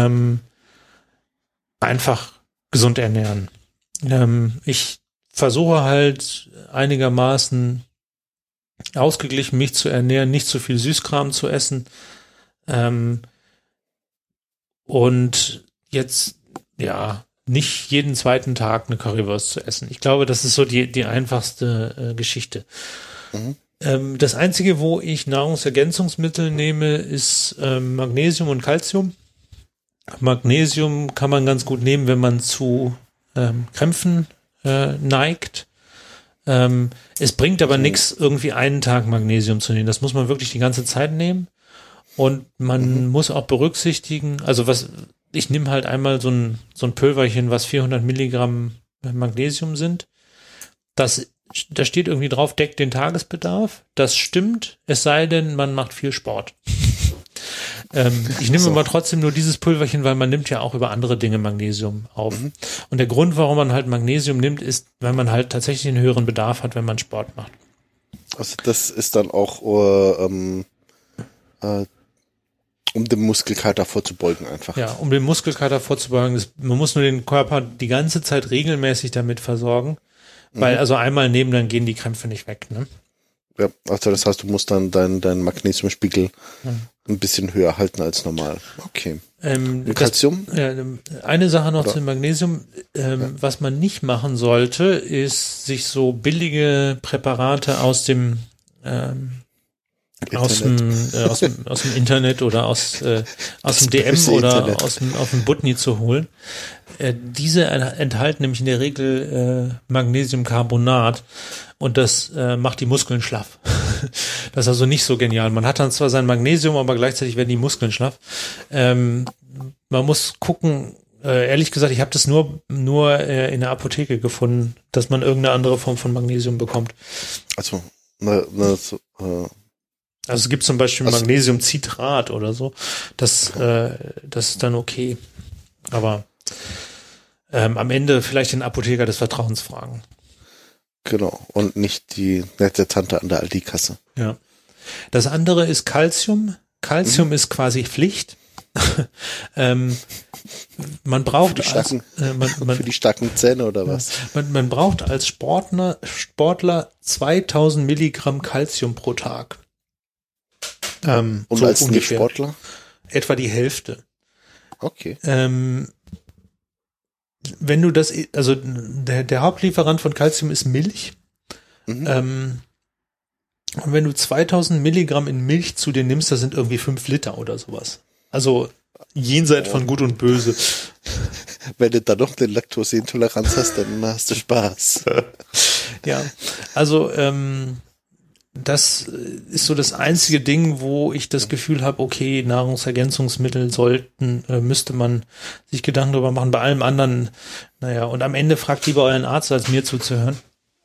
einfach gesund ernähren. Ich versuche halt einigermaßen ausgeglichen mich zu ernähren, nicht zu viel Süßkram zu essen. Und jetzt, nicht jeden zweiten Tag eine Currywurst zu essen. Ich glaube, das ist so die einfachste Geschichte. Das Einzige, wo ich Nahrungsergänzungsmittel nehme, ist Magnesium und Calcium. Magnesium kann man ganz gut nehmen, wenn man zu Krämpfen neigt. Es bringt aber nichts, irgendwie einen Tag Magnesium zu nehmen. Das muss man wirklich die ganze Zeit nehmen. Und man muss auch berücksichtigen, also ich nehme halt einmal so ein Pülverchen, was 400 Milligramm Magnesium sind. Da steht irgendwie drauf, deckt den Tagesbedarf. Das stimmt, es sei denn, man macht viel Sport. Ich nehme aber trotzdem nur dieses Pulverchen, weil man nimmt ja auch über andere Dinge Magnesium auf. Und der Grund, warum man halt Magnesium nimmt, ist, weil man halt tatsächlich einen höheren Bedarf hat, wenn man Sport macht.
Also das ist dann auch um den Muskelkater vorzubeugen einfach.
Ja, um den Muskelkater vorzubeugen. Man muss nur den Körper die ganze Zeit regelmäßig damit versorgen, weil also einmal nehmen, dann gehen die Krämpfe nicht weg. Ne?
Ja, also das heißt, du musst dann deinen Magnesiumspiegel ein bisschen höher halten als normal. Okay. Calcium?
Eine Sache noch zum Magnesium. Was man nicht machen sollte, ist sich so billige Präparate aus dem Internet oder aus dem DM oder aus dem Butni zu holen. Diese enthalten nämlich in der Regel Magnesiumcarbonat und das macht die Muskeln schlaff. Das ist also nicht so genial. Man hat dann zwar sein Magnesium, aber gleichzeitig werden die Muskeln schlaff. Man muss gucken, ehrlich gesagt, ich habe das nur in der Apotheke gefunden, dass man irgendeine andere Form von Magnesium bekommt.
Also
es gibt zum Beispiel Magnesiumcitrat oder so. Das ist dann okay. Aber am Ende vielleicht den Apotheker des Vertrauens fragen.
Genau. Und nicht die nette Tante an der Aldi-Kasse.
Ja. Das andere ist Calcium. Calcium ist quasi Pflicht. Man braucht
für die starken Zähne oder was?
Man braucht als Sportler 2000 Milligramm Calcium pro Tag.
Und
so
als
ungefähr.
Nicht-Sportler?
Etwa die Hälfte.
Okay.
Wenn du also der Hauptlieferant von Calcium ist Milch. Und wenn du 2000 Milligramm in Milch zu dir nimmst, das sind irgendwie 5 Liter oder sowas. Also jenseits von Gut und Böse.
Wenn du dann noch eine Laktoseintoleranz hast, dann hast du Spaß.
Ja, also das ist so das einzige Ding, wo ich das Gefühl habe, okay, Nahrungsergänzungsmittel müsste man sich Gedanken darüber machen. Bei allem anderen, naja, und am Ende fragt lieber euren Arzt, als mir zuzuhören.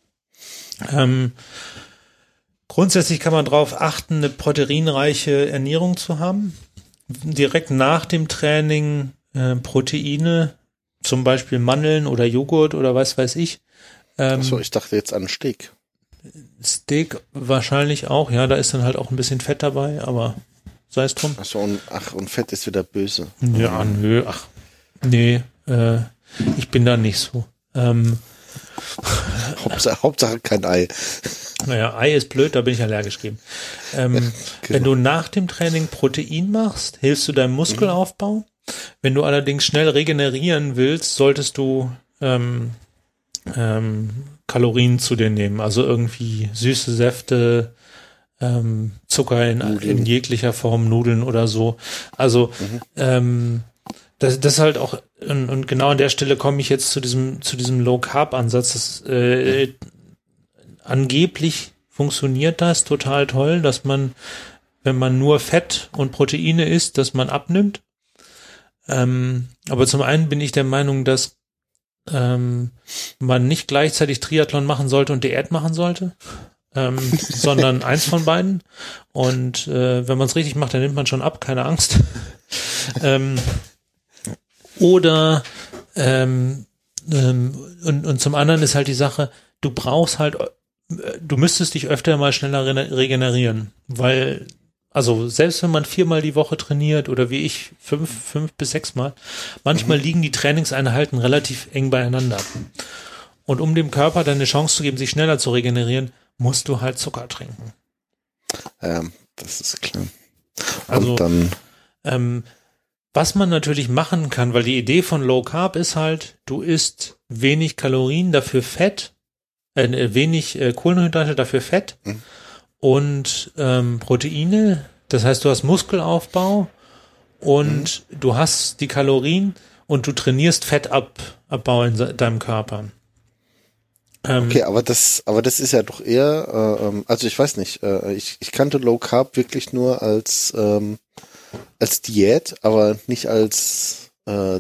Grundsätzlich kann man darauf achten, eine proteinreiche Ernährung zu haben. Direkt nach dem Training Proteine, zum Beispiel Mandeln oder Joghurt oder was weiß ich.
Achso, ich dachte jetzt an Steak.
Steak wahrscheinlich auch, ja, da ist dann halt auch ein bisschen Fett dabei, aber sei es drum.
Achso, und Fett ist wieder böse.
Ja, nö, nee, ich bin da nicht so.
Hauptsache kein Ei.
Naja, Ei ist blöd, da bin ich allergisch gegen.
Genau.
Wenn du nach dem Training Protein machst, hilfst du deinem Muskelaufbau. Wenn du allerdings schnell regenerieren willst, solltest du Kalorien zu dir nehmen, also irgendwie süße Säfte, Zucker in jeglicher Form, Nudeln oder so. Also das ist halt auch, und genau an der Stelle komme ich jetzt zu diesem Low-Carb-Ansatz. Angeblich funktioniert das total toll, dass man, wenn man nur Fett und Proteine isst, dass man abnimmt. Aber zum einen bin ich der Meinung, dass man nicht gleichzeitig Triathlon machen sollte und Diät machen sollte, sondern eins von beiden. Und wenn man es richtig macht, dann nimmt man schon ab, keine Angst. Und zum anderen ist halt die Sache, du müsstest dich öfter mal schneller regenerieren, weil, also selbst wenn man 4-mal die Woche trainiert oder wie ich 5 bis 6 Mal, manchmal liegen die Trainingseinheiten relativ eng beieinander. Und um dem Körper dann eine Chance zu geben, sich schneller zu regenerieren, musst du halt Zucker trinken.
Das ist klar.
Also,
und dann
was man natürlich machen kann, weil die Idee von Low Carb ist halt, du isst wenig Kalorien, dafür Fett, wenig Kohlenhydrate, dafür Fett und Proteine. Das heißt, du hast Muskelaufbau und du hast die Kalorien und du trainierst Fettabbau in deinem Körper.
Okay, aber das ist ja doch eher, also ich weiß nicht, ich kannte Low Carb wirklich nur als Diät, aber nicht als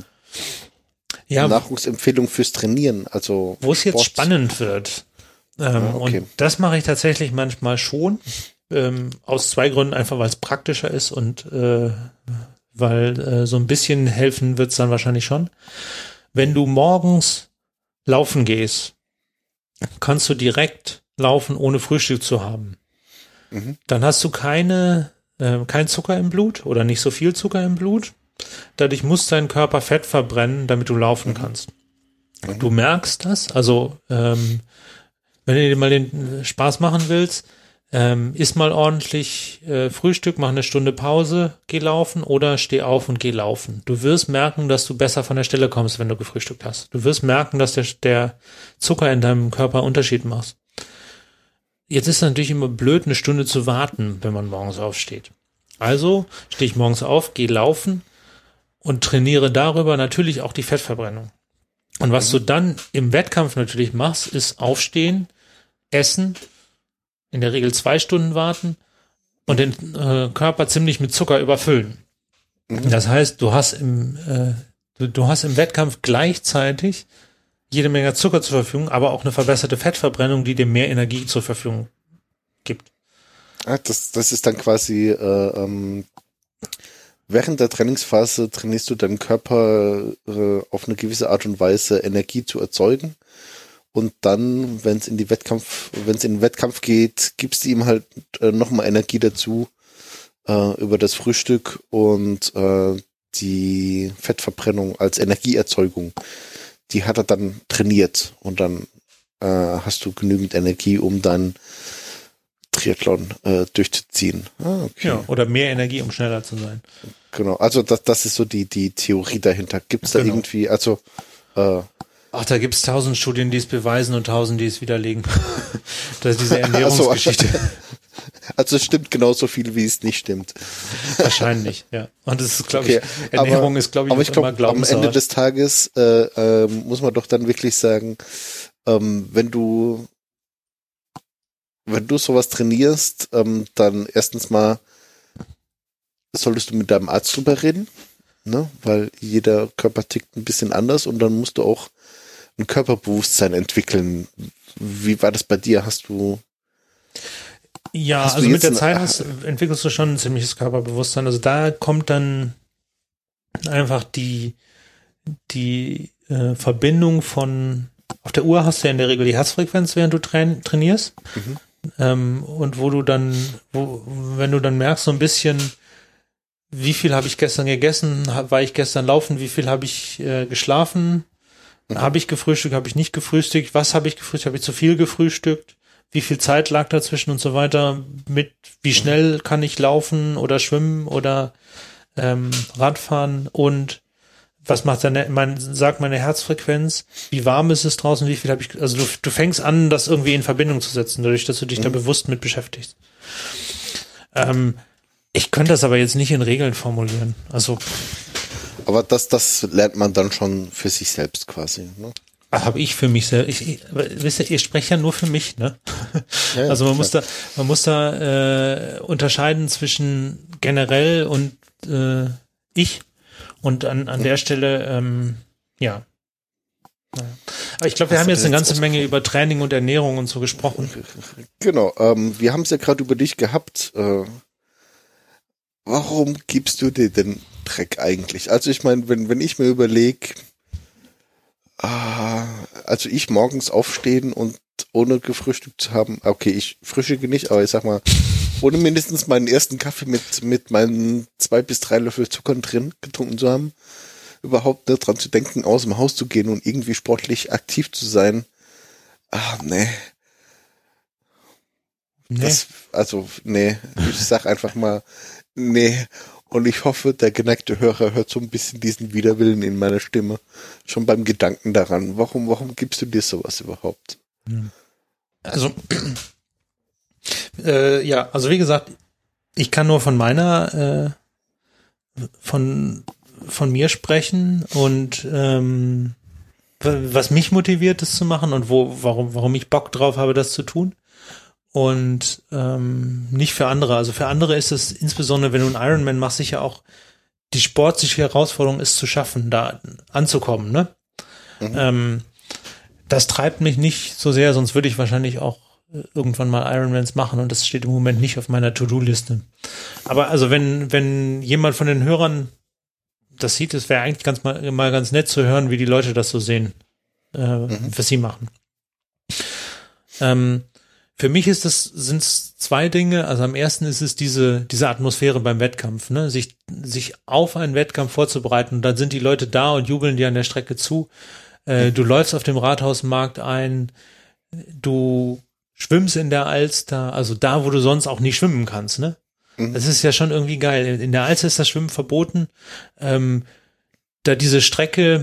Nahrungsempfehlung fürs Trainieren. Also
wo es jetzt spannend wird. Okay. Und das mache ich tatsächlich manchmal schon. Aus 2 Gründen. Einfach, weil es praktischer ist und weil so ein bisschen helfen wird es dann wahrscheinlich schon. Wenn du morgens laufen gehst, kannst du direkt laufen, ohne Frühstück zu haben. Dann hast du kein Zucker im Blut oder nicht so viel Zucker im Blut. Dadurch muss dein Körper Fett verbrennen, damit du laufen kannst. Du merkst das, also wenn du dir mal den Spaß machen willst, iss mal ordentlich Frühstück, mach eine Stunde Pause, geh laufen oder steh auf und geh laufen. Du wirst merken, dass du besser von der Stelle kommst, wenn du gefrühstückt hast. Du wirst merken, dass der Zucker in deinem Körper Unterschied macht. Jetzt ist es natürlich immer blöd, eine Stunde zu warten, wenn man morgens aufsteht. Also stehe ich morgens auf, gehe laufen und trainiere darüber natürlich auch die Fettverbrennung. Und was du dann im Wettkampf natürlich machst, ist aufstehen, essen, in der Regel 2 Stunden warten und den Körper ziemlich mit Zucker überfüllen. Das heißt, du hast im Wettkampf gleichzeitig jede Menge Zucker zur Verfügung, aber auch eine verbesserte Fettverbrennung, die dir mehr Energie zur Verfügung gibt.
Das ist dann quasi während der Trainingsphase trainierst du deinen Körper auf eine gewisse Art und Weise Energie zu erzeugen und dann, wenn es in den Wettkampf geht, gibst du ihm halt nochmal Energie dazu über das Frühstück und die Fettverbrennung als Energieerzeugung. Die hat er dann trainiert und dann hast du genügend Energie, um dann Triathlon durchzuziehen. Okay.
Ja, oder mehr Energie, um schneller zu sein.
Genau, also das ist so die Theorie dahinter. Gibt es da irgendwie,
da gibt es 1000 Studien, die es beweisen und 1000, die es widerlegen. Das ist diese Ernährungsgeschichte.
Also es stimmt genauso viel, wie es nicht stimmt.
Wahrscheinlich, ja. Und es ist, glaube ich, Ernährung ist, glaube ich,
aber ich glaube, am Ende des Tages muss man doch dann wirklich sagen, wenn du sowas trainierst, dann erstens mal solltest du mit deinem Arzt drüber reden, ne? Weil jeder Körper tickt ein bisschen anders und dann musst du auch ein Körperbewusstsein entwickeln. Wie war das bei dir?
Ja, also mit der Zeit entwickelst du schon ein ziemliches Körperbewusstsein. Also da kommt dann einfach die Verbindung von, auf der Uhr hast du ja in der Regel die Herzfrequenz, während du trainierst. Und wenn du dann merkst so ein bisschen, wie viel habe ich gestern gegessen, war ich gestern laufen, wie viel habe ich geschlafen, habe ich gefrühstückt, habe ich nicht gefrühstückt, was habe ich gefrühstückt, habe ich zu viel gefrühstückt, wie viel Zeit lag dazwischen und so weiter, mit wie schnell kann ich laufen oder schwimmen oder Radfahren und was macht sagt meine Herzfrequenz, wie warm ist es draußen, wie viel habe ich, also du fängst an, das irgendwie in Verbindung zu setzen, dadurch, dass du dich da bewusst mit beschäftigst. Ich könnte das aber jetzt nicht in Regeln formulieren, also. Aber
das lernt man dann schon für sich selbst quasi, ne?
Habe ich für mich selbst. Wisst ihr sprecht ja nur für mich, ne? Ja, also man muss da unterscheiden zwischen generell und ich. Und an der Stelle, ja. Aber ich glaube, wir haben jetzt eine ganze Menge über Training und Ernährung und so gesprochen.
Genau, wir haben es ja gerade über dich gehabt. Warum gibst du dir den Dreck eigentlich? Also ich meine, wenn ich mir überlege, also ich morgens aufstehen und ohne gefrühstückt zu haben, okay, ich frühstücke nicht, aber ich sag mal, ohne mindestens meinen ersten Kaffee mit meinen 2 bis 3 Löffel Zucker drin getrunken zu haben, überhaupt nicht dran zu denken, aus dem Haus zu gehen und irgendwie sportlich aktiv zu sein. Nee. Ich sag einfach mal, nee. Und ich hoffe, der geneigte Hörer hört so ein bisschen diesen Widerwillen in meiner Stimme. Schon beim Gedanken daran. Warum gibst du dir sowas überhaupt?
Also, also wie gesagt, ich kann nur von meiner, von mir sprechen und was mich motiviert, das zu machen und warum ich Bock drauf habe, das zu tun. Und nicht für andere. Also für andere ist es insbesondere, wenn du einen Ironman machst, sicher auch die sportliche Herausforderung ist zu schaffen, da anzukommen. Ne? Das treibt mich nicht so sehr, sonst würde ich wahrscheinlich auch irgendwann mal Ironmans machen und das steht im Moment nicht auf meiner To-Do-Liste. Aber also wenn jemand von den Hörern das sieht, es wäre eigentlich mal ganz nett zu hören, wie die Leute das so sehen, was sie machen. Für mich sind es 2 Dinge. Also am ersten ist es diese Atmosphäre beim Wettkampf, ne? Sich auf einen Wettkampf vorzubereiten und dann sind die Leute da und jubeln dir an der Strecke zu. Du läufst auf dem Rathausmarkt ein, du schwimmst in der Alster, also da, wo du sonst auch nicht schwimmen kannst, ne? Das ist ja schon irgendwie geil. In der Alster ist das Schwimmen verboten. Da diese Strecke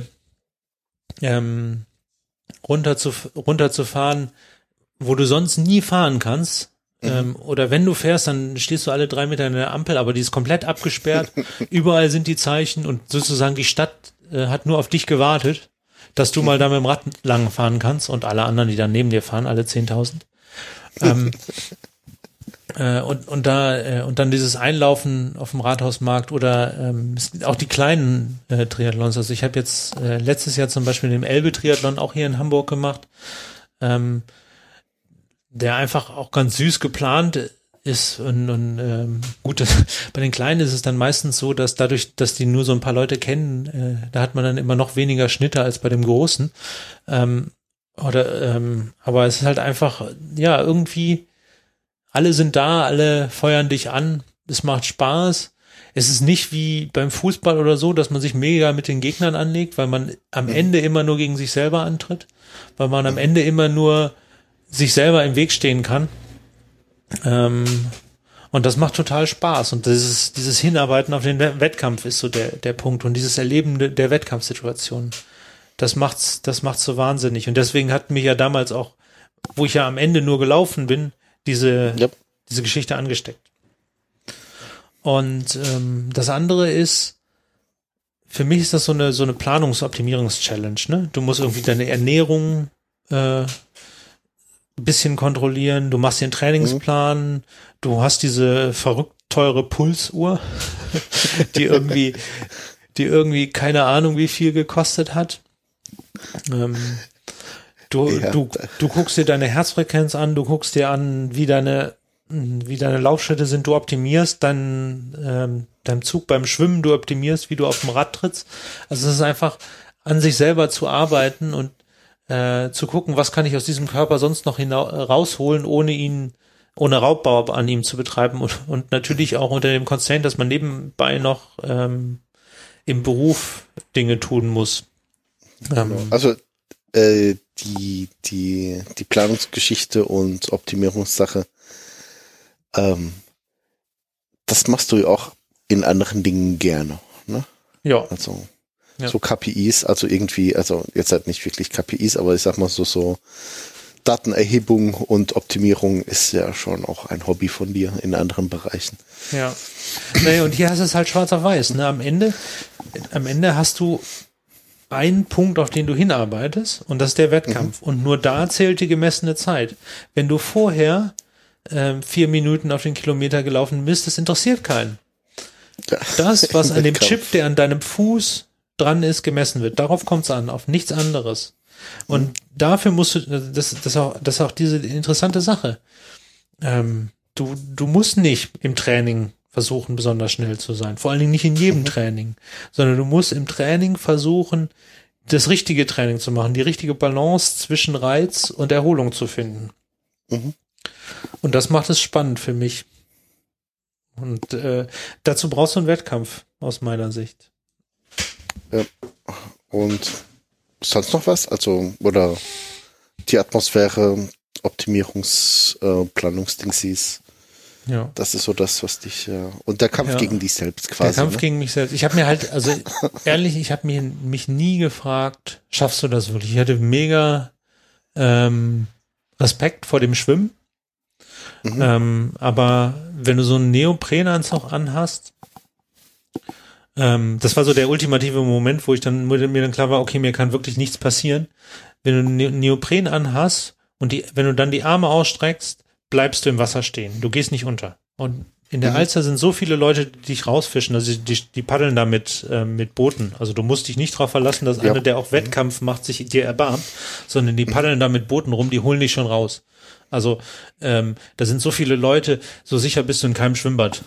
runterzufahren, wo du sonst nie fahren kannst, oder wenn du fährst, dann stehst du alle 3 Meter in der Ampel, aber die ist komplett abgesperrt. Überall sind die Zeichen und sozusagen die Stadt hat nur auf dich gewartet, dass du mal da mit dem Rad lang fahren kannst und alle anderen, die dann neben dir fahren, alle 10.000. Und dann dieses Einlaufen auf dem Rathausmarkt oder auch die kleinen Triathlons. Also ich habe jetzt letztes Jahr zum Beispiel den Elbe-Triathlon auch hier in Hamburg gemacht, der einfach auch ganz süß geplant ist und gut, bei den Kleinen ist es dann meistens so, dass dadurch, dass die nur so ein paar Leute kennen, da hat man dann immer noch weniger Schnitte als bei dem Großen. Aber es ist halt einfach, ja, irgendwie alle sind da, alle feuern dich an, es macht Spaß. Es ist nicht wie beim Fußball oder so, dass man sich mega mit den Gegnern anlegt, weil man am Ende immer nur gegen sich selber antritt, weil man am Ende immer nur sich selber im Weg stehen kann. Und das macht total Spaß. Und dieses Hinarbeiten auf den Wettkampf ist so der Punkt. Und dieses Erleben der Wettkampfsituation, das macht's so wahnsinnig. Und deswegen hat mich ja damals auch, wo ich ja am Ende nur gelaufen bin, diese diese Geschichte angesteckt. Und das andere ist, für mich ist das so eine Planungsoptimierungs-Challenge, ne? Du musst irgendwie deine Ernährung ein bisschen kontrollieren, du machst den Trainingsplan, du hast diese verrückt teure Pulsuhr, die irgendwie keine Ahnung wie viel gekostet hat. Du guckst dir deine Herzfrequenz an, du guckst dir an, wie deine Laufschritte sind, du optimierst deinen Zug beim Schwimmen, du optimierst, wie du auf dem Rad trittst. Also es ist einfach an sich selber zu arbeiten und zu gucken, was kann ich aus diesem Körper sonst noch rausholen, ohne Raubbau an ihm zu betreiben und natürlich auch unter dem Constraint, dass man nebenbei noch im Beruf Dinge tun muss.
Also die Planungsgeschichte und Optimierungssache, das machst du ja auch in anderen Dingen gerne, ne?
Ja.
Also so KPIs, also irgendwie, also jetzt halt nicht wirklich KPIs, aber ich sag mal so Datenerhebung und Optimierung ist ja schon auch ein Hobby von dir in anderen Bereichen.
Ja. Naja, und hier hast du es halt schwarz auf weiß, ne? Am Ende hast du einen Punkt, auf den du hinarbeitest, und das ist der Wettkampf. Und nur da zählt die gemessene Zeit. Wenn du vorher 4 Minuten auf den Kilometer gelaufen bist, das interessiert keinen. Das, was an dem Chip, der an deinem Fuß dran ist, gemessen wird. Darauf kommt es an, auf nichts anderes. Und dafür musst du, das ist auch diese interessante Sache. Du musst nicht im Training versuchen, besonders schnell zu sein. Vor allen Dingen nicht in jedem Training, sondern du musst im Training versuchen, das richtige Training zu machen, die richtige Balance zwischen Reiz und Erholung zu finden. Und das macht es spannend für mich. Und dazu brauchst du einen Wettkampf, aus meiner Sicht.
Ja. Und sonst noch was? Also, oder die Atmosphäre, Planungsdingsies.
Ja.
Das ist so das, was dich, und der Kampf gegen dich selbst quasi.
Der Kampf gegen mich selbst. Ich habe mir halt, also ehrlich, ich habe mich nie gefragt, schaffst du das wirklich? Ich hatte mega Respekt vor dem Schwimmen. Aber wenn du so einen Neoprenanzug anhast, das war so der ultimative Moment, wo mir dann klar war, okay, mir kann wirklich nichts passieren. Wenn du einen Neopren anhast und wenn du dann die Arme ausstreckst, bleibst du im Wasser stehen. Du gehst nicht unter. Und in der Alster sind so viele Leute, die dich rausfischen, also die paddeln da mit Booten. Also du musst dich nicht darauf verlassen, dass einer, der auch Wettkampf macht, sich dir erbarmt, sondern die paddeln da mit Booten rum, die holen dich schon raus. Also da sind so viele Leute, so sicher bist du in keinem Schwimmbad.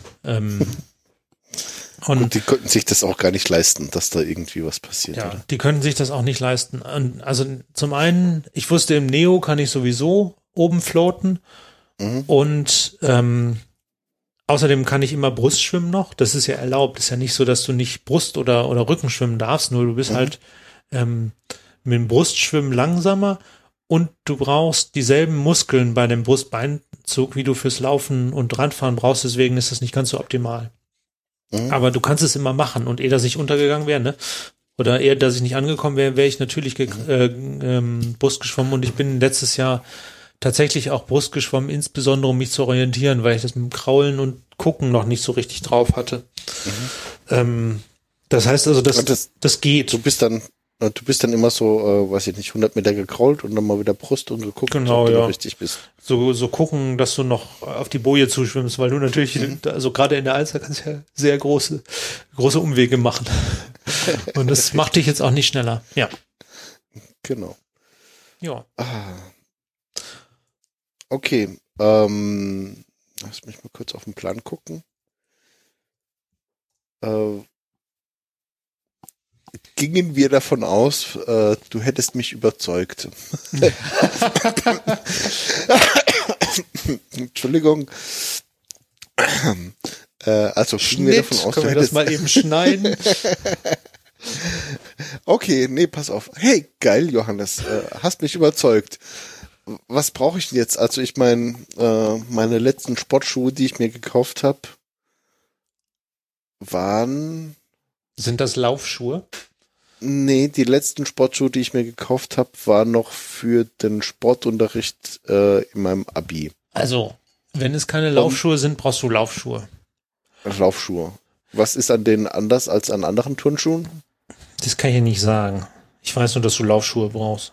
Und die könnten sich das auch gar nicht leisten, dass da irgendwie was passiert.
Ja,
oder?
Die könnten sich das auch nicht leisten. Und also zum einen, ich wusste, im Neo kann ich sowieso oben floaten und außerdem kann ich immer Brustschwimmen noch. Das ist ja erlaubt. Das ist ja nicht so, dass du nicht Brust- oder Rücken schwimmen darfst, nur du bist halt mit dem Brustschwimmen langsamer und du brauchst dieselben Muskeln bei dem Brustbeinzug, wie du fürs Laufen und Radfahren brauchst. Deswegen ist das nicht ganz so optimal. Aber du kannst es immer machen und ehe dass ich untergegangen wäre, ne? Oder ehe dass ich nicht angekommen wäre, wäre ich natürlich Brust geschwommen und ich bin letztes Jahr tatsächlich auch Brust geschwommen, insbesondere um mich zu orientieren, weil ich das mit dem Kraulen und Gucken noch nicht so richtig drauf hatte. Das heißt also, das geht.
Du bist dann immer so, weiß ich nicht, 100 Meter gekrault und dann mal wieder Brust und geguckt,
genau,
ob du richtig bist.
So gucken, dass du noch auf die Boje zuschwimmst, weil du natürlich, also gerade in der Alster kannst du ja sehr große Umwege machen. Und das macht dich jetzt auch nicht schneller. Ja.
Genau.
Ja.
Okay. Lass mich mal kurz auf den Plan gucken. Gingen wir davon aus, du hättest mich überzeugt. Entschuldigung. Also gingen wir davon aus,
können wir das mal eben schneiden?
Okay, nee, pass auf. Hey, geil, Johannes, hast mich überzeugt. Was brauche ich denn jetzt? Also ich meine, meine letzten Sportschuhe, die ich mir gekauft habe, waren...
Sind das Laufschuhe?
Nee, die letzten Sportschuhe, die ich mir gekauft habe, waren noch für den Sportunterricht in meinem Abi.
Also, Wenn es keine Laufschuhe sind, brauchst du Laufschuhe.
Laufschuhe. Was ist an denen anders als an anderen Turnschuhen?
Das kann ich ja nicht sagen. Ich weiß nur, dass du Laufschuhe brauchst.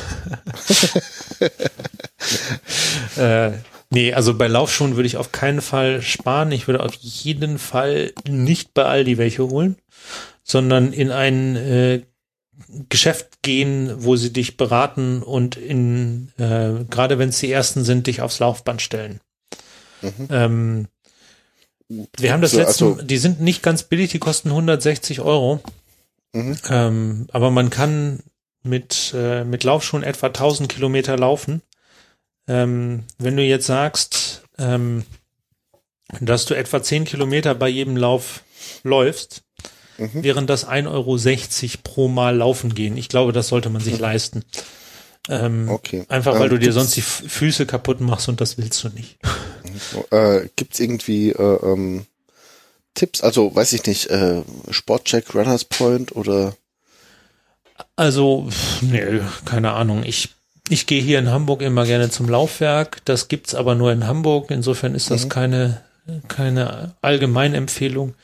Nee, also bei Laufschuhen würde ich auf keinen Fall sparen. Ich würde auf jeden Fall nicht bei Aldi welche holen, sondern in ein Geschäft gehen, wo sie dich beraten und gerade wenn es die ersten sind, dich aufs Laufband stellen. Mhm. Wir haben das die sind nicht ganz billig, die kosten 160 €. Mhm. Aber man kann mit Laufschuhen etwa 1000 Kilometer laufen. Wenn du jetzt sagst, dass du etwa 10 Kilometer bei jedem Lauf läufst, wären das 1,60 € pro Mal laufen gehen. Ich glaube, das sollte man sich leisten. Okay. Einfach, weil du dir sonst die Füße kaputt machst und das willst du nicht.
Gibt's irgendwie Tipps? Also, weiß ich nicht, Sportcheck, Runners Point oder?
Also, nee, keine Ahnung. Ich gehe hier in Hamburg immer gerne zum Laufwerk. Das gibt's aber nur in Hamburg. Insofern ist das keine Allgemeinempfehlung.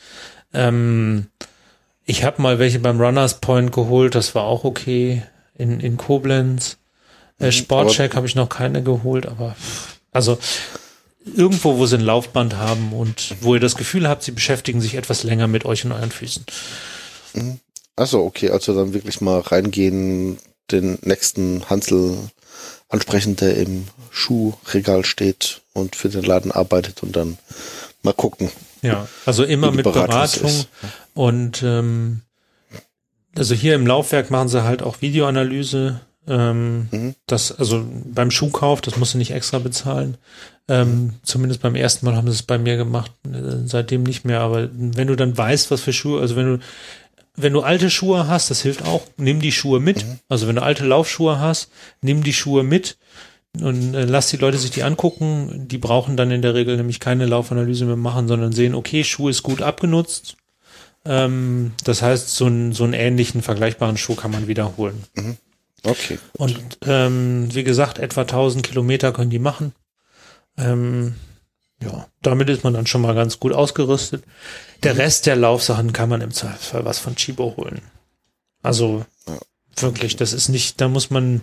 Ich habe mal welche beim Runners Point geholt. Das war auch okay. In Koblenz. Sportcheck habe ich noch keine geholt. Aber also irgendwo, wo sie ein Laufband haben und wo ihr das Gefühl habt, sie beschäftigen sich etwas länger mit euch und euren Füßen.
Achso, okay. Also dann wirklich mal reingehen, den nächsten Hansel ansprechen, der im Schuhregal steht und für den Laden arbeitet und dann mal gucken.
Ja, also immer mit Beratung und also hier im Laufwerk machen sie halt auch Videoanalyse. Also beim Schuhkauf, das musst du nicht extra bezahlen. Zumindest beim ersten Mal haben sie es bei mir gemacht, seitdem nicht mehr. Aber wenn du dann weißt, was für Schuhe, also wenn du alte Schuhe hast, das hilft auch, nimm die Schuhe mit. Also wenn du alte Laufschuhe hast, nimm die Schuhe mit und lass die Leute sich die angucken. Die brauchen dann in der Regel nämlich keine Laufanalyse mehr machen, sondern sehen, okay, Schuh ist gut abgenutzt. Das heißt, so einen ähnlichen, vergleichbaren Schuh kann man wiederholen.
Okay.
Gut. Und wie gesagt, etwa 1000 Kilometer können die machen. Ja, damit ist man dann schon mal ganz gut ausgerüstet. Der Rest der Laufsachen kann man im Zweifelsfall was von Chibo holen. Also wirklich, das ist nicht, da muss man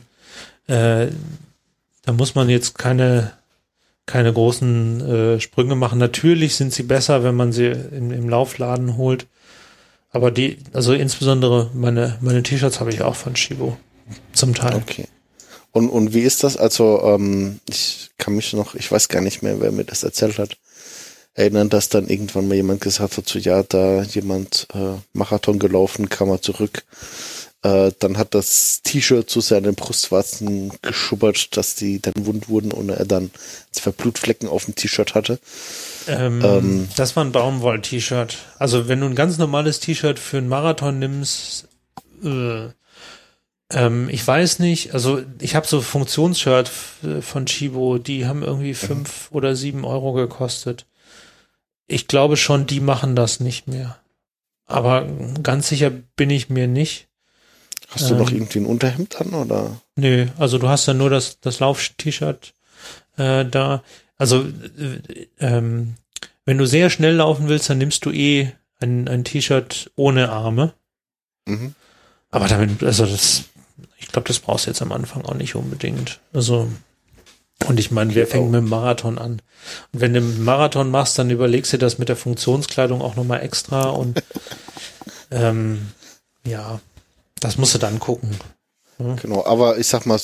jetzt keine großen Sprünge machen. Natürlich sind sie besser, wenn man sie im Laufladen holt. Aber also insbesondere meine T-Shirts habe ich auch von Chibo. Zum Teil.
Okay. Und wie ist das? Also, ich kann mich noch, ich weiß gar nicht mehr, wer mir das erzählt hat, erinnern, dass dann irgendwann mal jemand gesagt hat, so ja, da jemand Marathon gelaufen, kam er zurück. Dann hat das T-Shirt zu seinen Brustwarzen geschubbert, dass die dann wund wurden und er dann 2 Blutflecken auf dem T-Shirt hatte.
Das war ein Baumwoll-T-Shirt. Also wenn du ein ganz normales T-Shirt für einen Marathon nimmst, ich weiß nicht, also ich habe so Funktionsshirt von Chibo, die haben irgendwie 5 oder 7 € gekostet. Ich glaube schon, die machen das nicht mehr. Aber ganz sicher bin ich mir nicht.
Hast du noch irgendwie ein Unterhemd an, oder?
Nö, also du hast ja nur das Lauf-T-Shirt da. Also wenn du sehr schnell laufen willst, dann nimmst du ein T-Shirt ohne Arme. Aber damit, ich glaube, das brauchst du jetzt am Anfang auch nicht unbedingt. Also, und ich meine, wer fängt mit dem Marathon an? Und wenn du einen Marathon machst, dann überlegst du das mit der Funktionskleidung auch nochmal extra und ja, das musst du dann gucken.
Genau, aber ich sag mal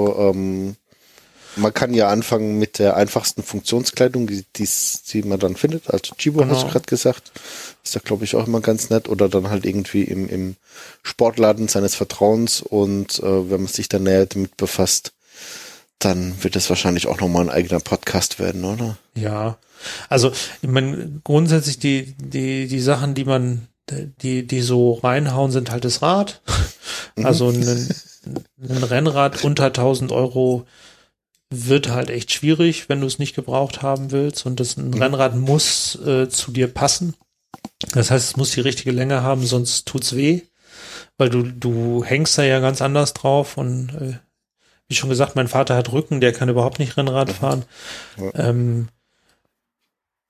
man kann ja anfangen mit der einfachsten Funktionskleidung, die man dann findet. Also Chibo hast du gerade gesagt. Ist ja, glaube ich, auch immer ganz nett. Oder dann halt irgendwie im Sportladen seines Vertrauens. Und wenn man sich dann näher damit befasst, dann wird das wahrscheinlich auch nochmal ein eigener Podcast werden, oder?
Ja, also ich meine, grundsätzlich die Sachen, die so reinhauen, sind halt das Rad. Also ein Rennrad unter 1000 € wird halt echt schwierig, wenn du es nicht gebraucht haben willst. Und ein Rennrad muss zu dir passen. Das heißt, es muss die richtige Länge haben, sonst tut's weh. Weil du hängst da ja ganz anders drauf. Und wie schon gesagt, mein Vater hat Rücken, der kann überhaupt nicht Rennrad fahren.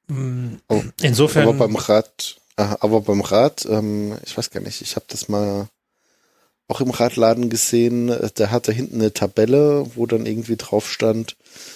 Insofern.
Aber beim Rad, ich weiß gar nicht, ich habe das mal auch im Radladen gesehen, der hatte hinten eine Tabelle, wo dann irgendwie drauf stand,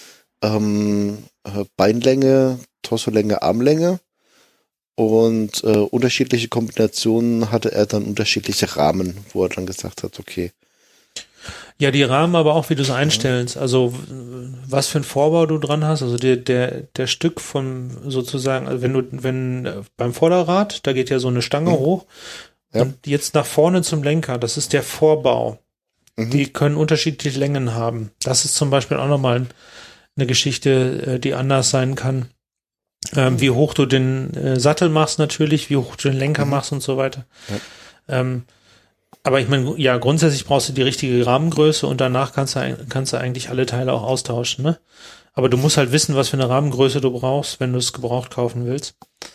Beinlänge, Torsolänge, Armlänge und unterschiedliche Kombinationen hatte er dann unterschiedliche Rahmen, wo er dann gesagt hat, okay.
Ja, die Rahmen aber auch, wie du es einstellst, also was für ein Vorbau du dran hast, also der Stück vom sozusagen, also wenn beim Vorderrad, da geht ja so eine Stange hoch und jetzt nach vorne zum Lenker, das ist der Vorbau. Die können unterschiedliche Längen haben. Das ist zum Beispiel auch nochmal eine Geschichte, die anders sein kann. Wie hoch du den Sattel machst natürlich, wie hoch du den Lenker machst und so weiter. Ja. Aber ich meine, ja, grundsätzlich brauchst du die richtige Rahmengröße und danach kannst du eigentlich alle Teile auch austauschen, ne? Aber du musst halt wissen, was für eine Rahmengröße du brauchst, wenn du es gebraucht kaufen willst.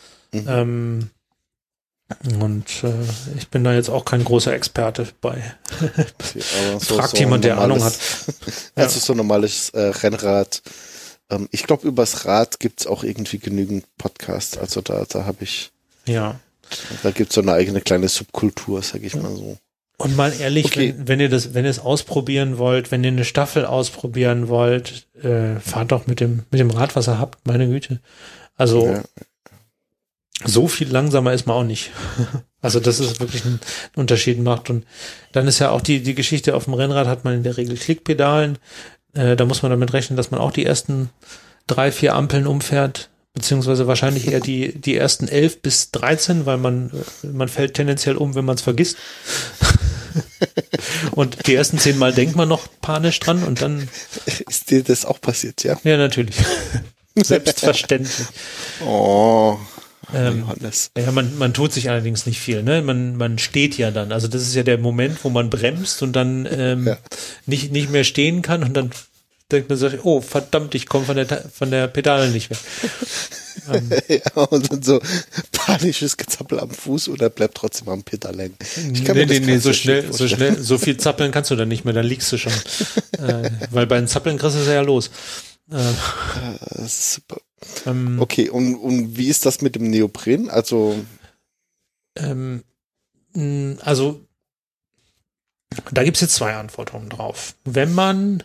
Ich bin da jetzt auch kein großer Experte bei. Fragt jemand, der Ahnung hat.
Also so ein normales Rennrad. Ich glaube, übers Rad gibt's auch irgendwie genügend Podcasts. Also da habe ich.
Ja.
Da gibt's so eine eigene kleine Subkultur, sag ich mal so.
Und mal ehrlich, okay. wenn ihr es ausprobieren wollt, wenn ihr eine Staffel ausprobieren wollt, fahrt doch mit dem Rad, was ihr habt, meine Güte. Also so viel langsamer ist man auch nicht. Also dass es wirklich einen Unterschied macht. Und dann ist ja auch die Geschichte, auf dem Rennrad hat man in der Regel Klickpedalen. Da muss man damit rechnen, dass man auch die ersten 3, 4 Ampeln umfährt, beziehungsweise wahrscheinlich eher die ersten 11 bis 13, weil man fällt tendenziell um, wenn man es vergisst. Und die ersten 10 Mal denkt man noch panisch dran und dann...
Ist dir das auch passiert, ja?
Ja, natürlich. Selbstverständlich.
Oh, Johannes.
Ja, man tut sich allerdings nicht viel, ne? Man steht ja dann. Also das ist ja der Moment, wo man bremst und dann nicht mehr stehen kann und dann denkt man sich, oh verdammt, ich komme von der Pedale nicht weg.
Ja, und dann so panisches Gezappel am Fuß oder bleibt trotzdem am Pedal hängen.
Nee, so schnell, so viel zappeln kannst du dann nicht mehr, dann liegst du schon. Weil bei den Zappeln kriegst du es ja los.
Super. Okay, und wie ist das mit dem Neopren? Also
da gibt's jetzt 2 Antworten drauf. Wenn man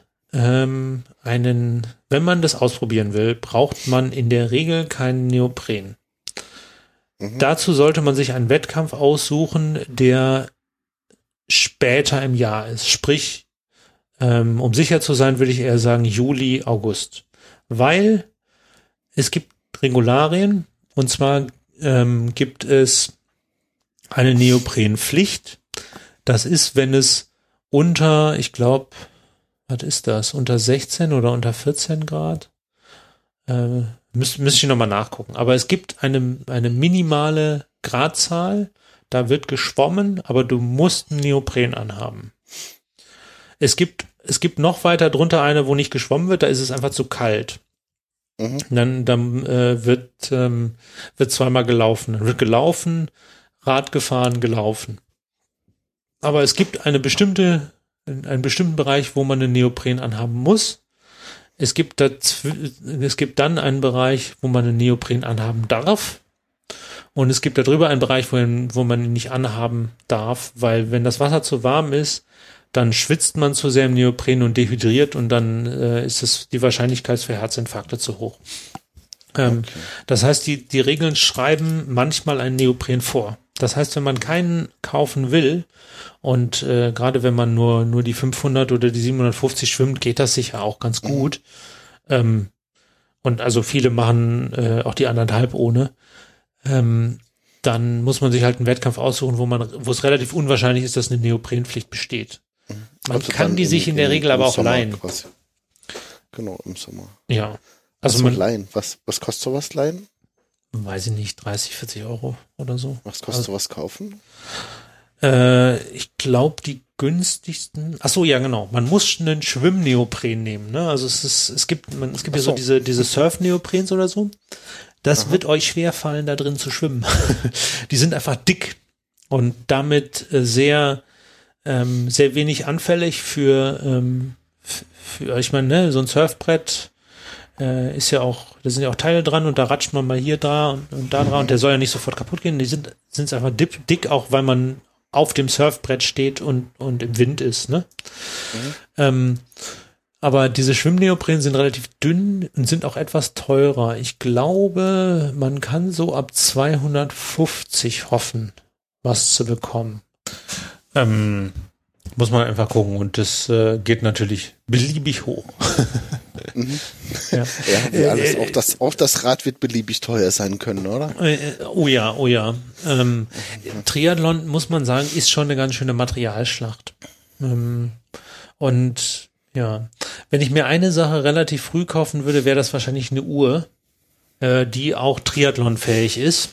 das ausprobieren will, braucht man in der Regel keinen Neopren. Dazu sollte man sich einen Wettkampf aussuchen, der später im Jahr ist. Sprich, um sicher zu sein, würde ich eher sagen Juli, August. Weil es gibt Regularien, und zwar gibt es eine Neoprenpflicht. Das ist, wenn es unter, ich glaube, was ist das? Unter 16 oder unter 14 Grad? Müsste ich nochmal nachgucken. Aber es gibt eine minimale Gradzahl. Da wird geschwommen, aber du musst einen Neopren anhaben. Es gibt noch weiter drunter eine, wo nicht geschwommen wird. Da ist es einfach zu kalt. Dann wird zweimal gelaufen. Dann wird gelaufen, Rad gefahren, gelaufen. Aber es gibt einen bestimmten Bereich, wo man einen Neopren anhaben muss. Es gibt dann einen Bereich, wo man einen Neopren anhaben darf. Und es gibt darüber einen Bereich, wo man ihn nicht anhaben darf, weil wenn das Wasser zu warm ist, dann schwitzt man zu sehr im Neopren und dehydriert und dann ist die Wahrscheinlichkeit für Herzinfarkte zu hoch. Okay. Das heißt, die Regeln schreiben manchmal einen Neopren vor. Das heißt, wenn man keinen kaufen will und gerade wenn man nur die 500 oder die 750 schwimmt, geht das sicher auch ganz gut. Und also viele machen auch die 1,5 ohne. Dann muss man sich halt einen Wettkampf aussuchen, wo es relativ unwahrscheinlich ist, dass eine Neoprenpflicht besteht. Man also kann die sich in der Regel aber auch leihen.
Quasi. Genau, im Sommer.
Ja.
Also leihen. Was kostet sowas leihen?
Weiß ich nicht, 30, 40 Euro oder so.
Was kostet sowas kaufen?
Ich glaube, die günstigsten. Ach so, ja, genau. Man muss einen Schwimmneopren nehmen, ne? Also es gibt ja so diese Surf-Neoprens oder so. Das wird euch schwerfallen, da drin zu schwimmen. Die sind einfach dick und damit sehr wenig anfällig für ich meine, ne, so ein Surfbrett ist ja auch, da sind ja auch Teile dran und da ratscht man mal hier da und da dran und der soll ja nicht sofort kaputt gehen. Die sind einfach dick, auch weil man auf dem Surfbrett steht und im Wind ist, ne? Aber diese Schwimmneopren sind relativ dünn und sind auch etwas teurer. Ich glaube, man kann so ab 250 hoffen, was zu bekommen. Muss man einfach gucken und das geht natürlich beliebig hoch.
Ja, wie alles. Auch das Rad wird beliebig teuer sein können, oder?
Oh ja. Triathlon, muss man sagen, ist schon eine ganz schöne Materialschlacht. Und ja, wenn ich mir eine Sache relativ früh kaufen würde, wäre das wahrscheinlich eine Uhr, die auch triathlonfähig ist.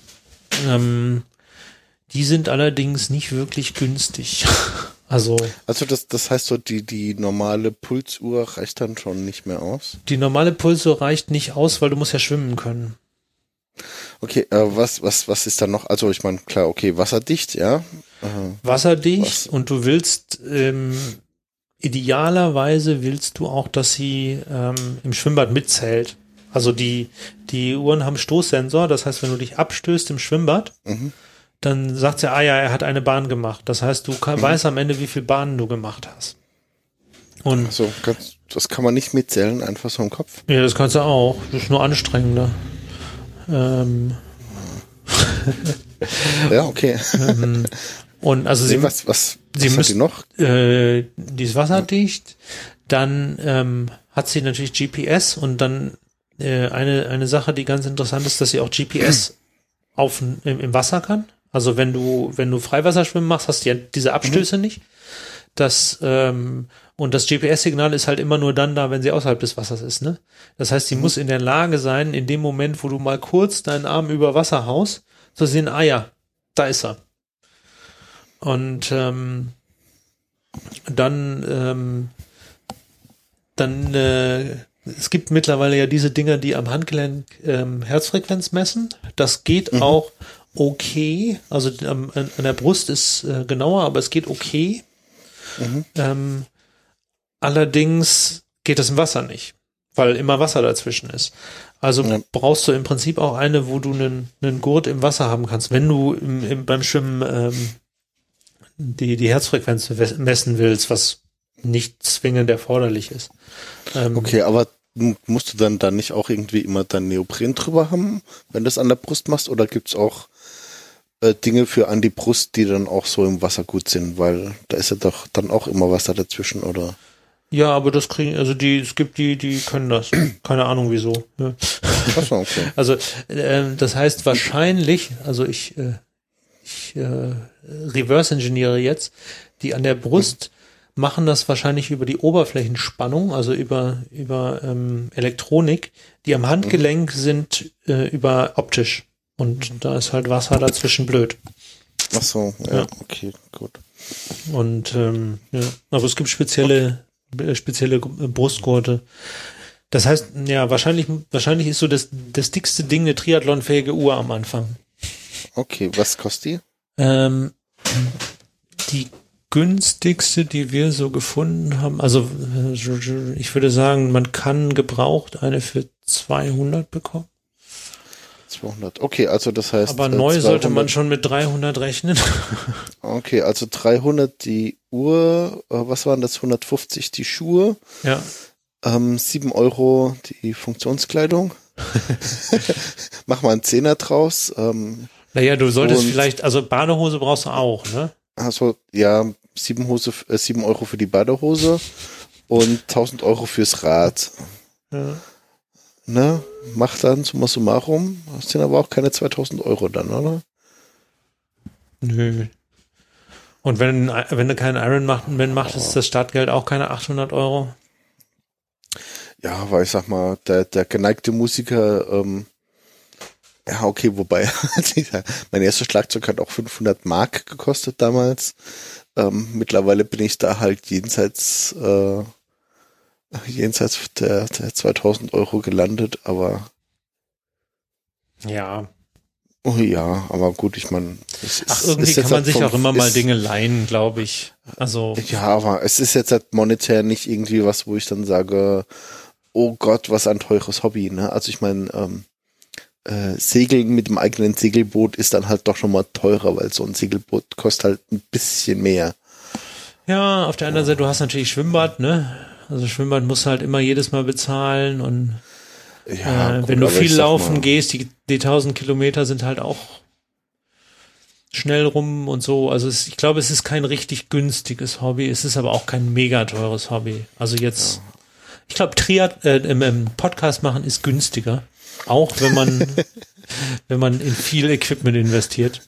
Die sind allerdings nicht wirklich günstig. Also
das heißt so, die normale Pulsuhr reicht dann schon nicht mehr aus?
Die normale Pulsuhr reicht nicht aus, weil du musst ja schwimmen können.
Okay, was ist da noch? Also ich meine, klar, okay, wasserdicht, ja.
Wasserdicht und du willst, idealerweise willst du auch, dass sie im Schwimmbad mitzählt. Also die Uhren haben Stoßsensor, das heißt, wenn du dich abstößt im Schwimmbad, dann sagt sie, er hat eine Bahn gemacht. Das heißt, du weißt am Ende, wie viele Bahnen du gemacht hast. Und
also, das kann man nicht mitzählen, einfach so im Kopf?
Ja, das kannst du auch. Das ist nur anstrengender.
Ja, okay.
Und also
was hat die noch?
Die ist wasserdicht. Dann hat sie natürlich GPS und dann eine Sache, die ganz interessant ist, dass sie auch GPS im Wasser kann. Also wenn du Freiwasserschwimmen machst, hast du ja diese Abstöße nicht. Und das GPS-Signal ist halt immer nur dann da, wenn sie außerhalb des Wassers ist, ne? Das heißt, sie muss in der Lage sein, in dem Moment, wo du mal kurz deinen Arm über Wasser haust, zu sehen, da ist er. Und es gibt mittlerweile ja diese Dinger, die am Handgelenk Herzfrequenz messen. Das geht auch okay. Also an der Brust ist genauer, aber es geht okay. Allerdings geht das im Wasser nicht, weil immer Wasser dazwischen ist. Also brauchst du im Prinzip auch eine, wo du einen Gurt im Wasser haben kannst, wenn du beim Schwimmen die Herzfrequenz messen willst, was nicht zwingend erforderlich ist.
Okay, aber musst du dann nicht auch irgendwie immer dein Neopren drüber haben, wenn du es an der Brust machst, oder gibt's auch Dinge für an die Brust, die dann auch so im Wasser gut sind, weil da ist ja doch dann auch immer Wasser dazwischen, oder?
Ja, aber es gibt die können das. Keine Ahnung wieso. Ja.
Ach so, okay.
Also das heißt wahrscheinlich, also ich reverse-engineere jetzt, die an der Brust machen das wahrscheinlich über die Oberflächenspannung, also über Elektronik. Die am Handgelenk sind über optisch. Und da ist halt Wasser dazwischen blöd.
Ach so, ja. Okay, gut.
Und aber es gibt spezielle Brustgurte. Das heißt, ja, wahrscheinlich ist so das dickste Ding eine triathlonfähige Uhr am Anfang.
Okay, was kostet die?
Die günstigste, die wir so gefunden haben, also ich würde sagen, man kann gebraucht eine für 200 bekommen.
200, okay, also das heißt...
Aber neu 200, sollte man schon mit 300 rechnen.
Okay, also 300 die Uhr, was waren das, 150 die Schuhe,
ja.
7 Euro die Funktionskleidung, mach mal einen Zehner draus.
Naja, du solltest vielleicht, also Badehose brauchst du auch, ne?
Also, ja, 7 Euro für die Badehose und 1000 Euro fürs Rad.
Ja.
Ne? Macht dann summa summarum, das sind aber auch keine 2000 Euro dann, oder?
Nö. Und wenn du keinen Ironman machst, ist das Startgeld auch keine 800 Euro?
Ja, weil ich sag mal, der geneigte Musiker, ja, okay, wobei, mein erster Schlagzeug hat auch 500 Mark gekostet damals. Mittlerweile bin ich da halt jenseits der 2000 Euro gelandet, aber
ja.
Oh ja, aber gut, ich meine,
irgendwie kann man sich auch immer mal Dinge leihen, glaube ich. Also
ja, aber es ist jetzt halt monetär nicht irgendwie was, wo ich dann sage, oh Gott, was ein teures Hobby, ne? Also ich meine, Segeln mit dem eigenen Segelboot ist dann halt doch schon mal teurer, weil so ein Segelboot kostet halt ein bisschen mehr.
Ja, auf der anderen Seite, du hast natürlich Schwimmbad, ne? Also Schwimmbad musst du halt immer jedes Mal bezahlen und
Ja, gut,
wenn du
aber
viel
ich sag
laufen
mal,
gehst, die 1000 Kilometer sind halt auch schnell rum und so. Also ich glaube, es ist kein richtig günstiges Hobby. Es ist aber auch kein mega teures Hobby. Also jetzt, ich glaube, im Podcast machen ist günstiger. Auch wenn wenn man in viel Equipment investiert.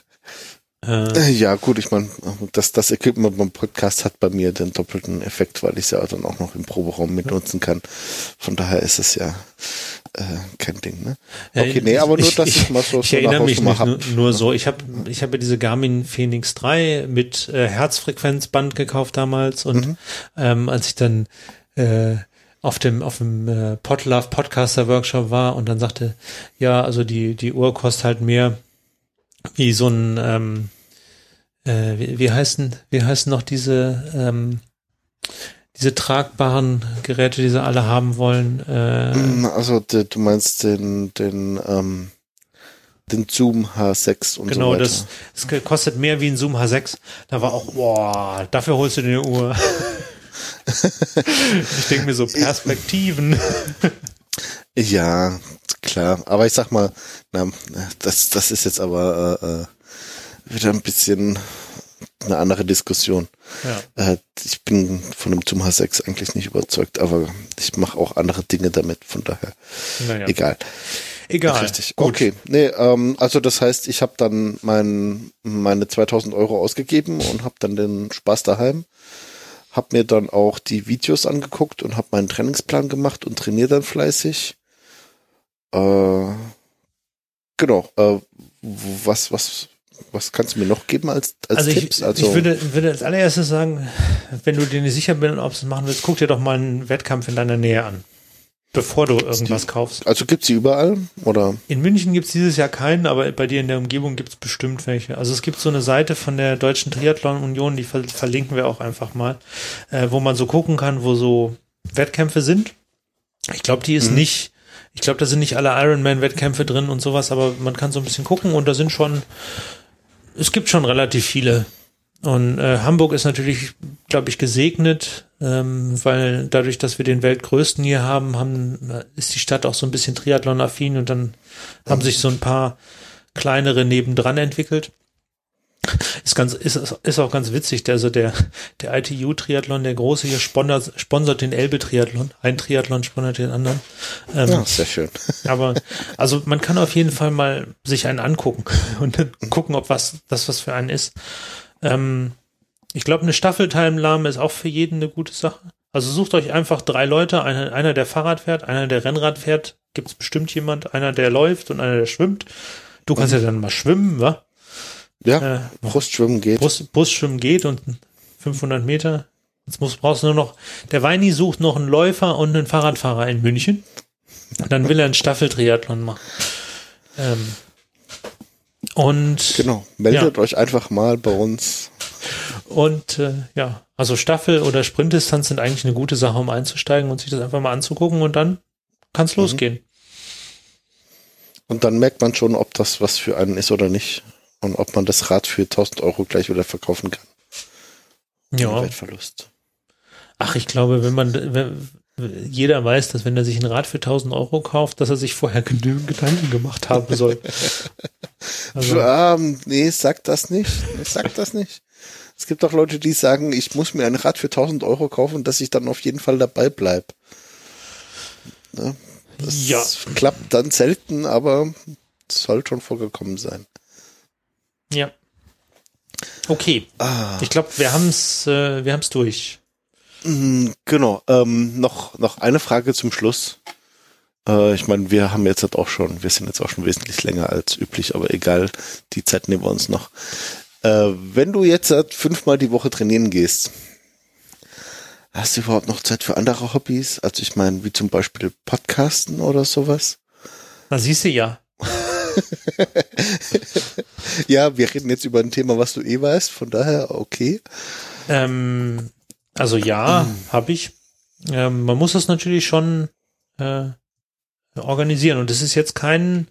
ja gut, ich meine, das Equipment beim Podcast hat bei mir den doppelten Effekt, weil ich es ja dann auch noch im Proberaum mitnutzen kann. Von daher ist es ja kein Ding, ne? Okay, nee, aber nur, dass ich mal so
ich erinnere mich nicht
hab.
nur so. Ich habe ja diese Garmin Phoenix 3 mit Herzfrequenzband gekauft damals und als ich dann auf dem Podlove Podcaster Workshop war und dann sagte, ja, also die Uhr kostet halt mehr wie so ein wie heißen noch diese tragbaren Geräte, die sie alle haben wollen.
Also du meinst den Zoom H6 und
genau,
so weiter.
Das kostet mehr wie ein Zoom H6. Da war auch, boah, dafür holst du dir eine Uhr. Ich denke mir so Perspektiven.
Ja, klar. Aber ich sag mal, das ist jetzt aber wieder ein bisschen eine andere Diskussion.
Ja.
Ich bin von dem Zoom H6 eigentlich nicht überzeugt, aber ich mache auch andere Dinge damit, von daher egal. Richtig.
Gut.
Okay. Nee, also das heißt, ich habe dann meine 2000 Euro ausgegeben und habe dann den Spaß daheim. Hab mir dann auch die Videos angeguckt und habe meinen Trainingsplan gemacht und trainiere dann fleißig. Genau. Was kannst du mir noch geben als Tipps?
Ich würde als allererstes sagen, wenn du dir nicht sicher bist, ob du es machen willst, guck dir doch mal einen Wettkampf in deiner Nähe an, bevor du irgendwas kaufst.
Also gibt's die überall, oder?
In München gibt's dieses Jahr keinen, aber bei dir in der Umgebung gibt's bestimmt welche. Also es gibt so eine Seite von der Deutschen Triathlon Union, die verlinken wir auch einfach mal, wo man so gucken kann, wo so Wettkämpfe sind. Ich glaube, da sind nicht alle Ironman-Wettkämpfe drin und sowas, aber man kann so ein bisschen gucken und es gibt schon relativ viele. Und Hamburg ist natürlich, glaube ich, gesegnet, weil dadurch, dass wir den weltgrößten hier haben, ist die Stadt auch so ein bisschen Triathlon-affin und dann haben sich so ein paar kleinere nebendran entwickelt. Ist auch ganz witzig, also der ITU-Triathlon, der große hier sponsert den Elbe-Triathlon. Ein Triathlon sponsert den anderen.
Ja, sehr schön.
Aber, also man kann auf jeden Fall mal sich einen angucken und dann gucken, ob das was für einen ist. Ich glaube, eine Staffelteilnahme ist auch für jeden eine gute Sache. Also sucht euch einfach 3 Leute, einer der Fahrrad fährt, einer der Rennrad fährt, gibt's bestimmt jemand, einer der läuft und einer der schwimmt. Du kannst ja dann mal schwimmen, wa?
Ja, Brustschwimmen geht.
Brustschwimmen geht und 500 Meter. Jetzt brauchst du nur noch, der Weini sucht noch einen Läufer und einen Fahrradfahrer in München. Und dann will er einen Staffeltriathlon machen. Und
genau, meldet euch einfach mal bei uns.
Und also Staffel- oder Sprintdistanz sind eigentlich eine gute Sache, um einzusteigen und sich das einfach mal anzugucken und dann kann es losgehen.
Und dann merkt man schon, ob das was für einen ist oder nicht. Und ob man das Rad für 1000 Euro gleich wieder verkaufen kann.
Ja.
Wertverlust.
Ach, ich glaube, jeder weiß, dass wenn er sich ein Rad für 1000 Euro kauft, dass er sich vorher genügend Gedanken gemacht haben soll. Also,
nee, sag das nicht. Sag das nicht. Es gibt auch Leute, die sagen, ich muss mir ein Rad für 1000 Euro kaufen, dass ich dann auf jeden Fall dabei bleibe. Ne? Das klappt dann selten, aber es soll schon vorgekommen sein.
Ja. Okay. Ich glaube, wir haben's durch.
Genau. Noch eine Frage zum Schluss. Ich meine, wir sind jetzt auch schon wesentlich länger als üblich, aber egal, die Zeit nehmen wir uns noch. Wenn du jetzt 5-mal die Woche trainieren gehst, hast du überhaupt noch Zeit für andere Hobbys? Also ich meine, wie zum Beispiel Podcasten oder sowas?
Na, siehst du ja.
Ja, wir reden jetzt über ein Thema, was du weißt, von daher okay.
Also ja, habe ich. Man muss das natürlich schon organisieren. Und es ist jetzt kein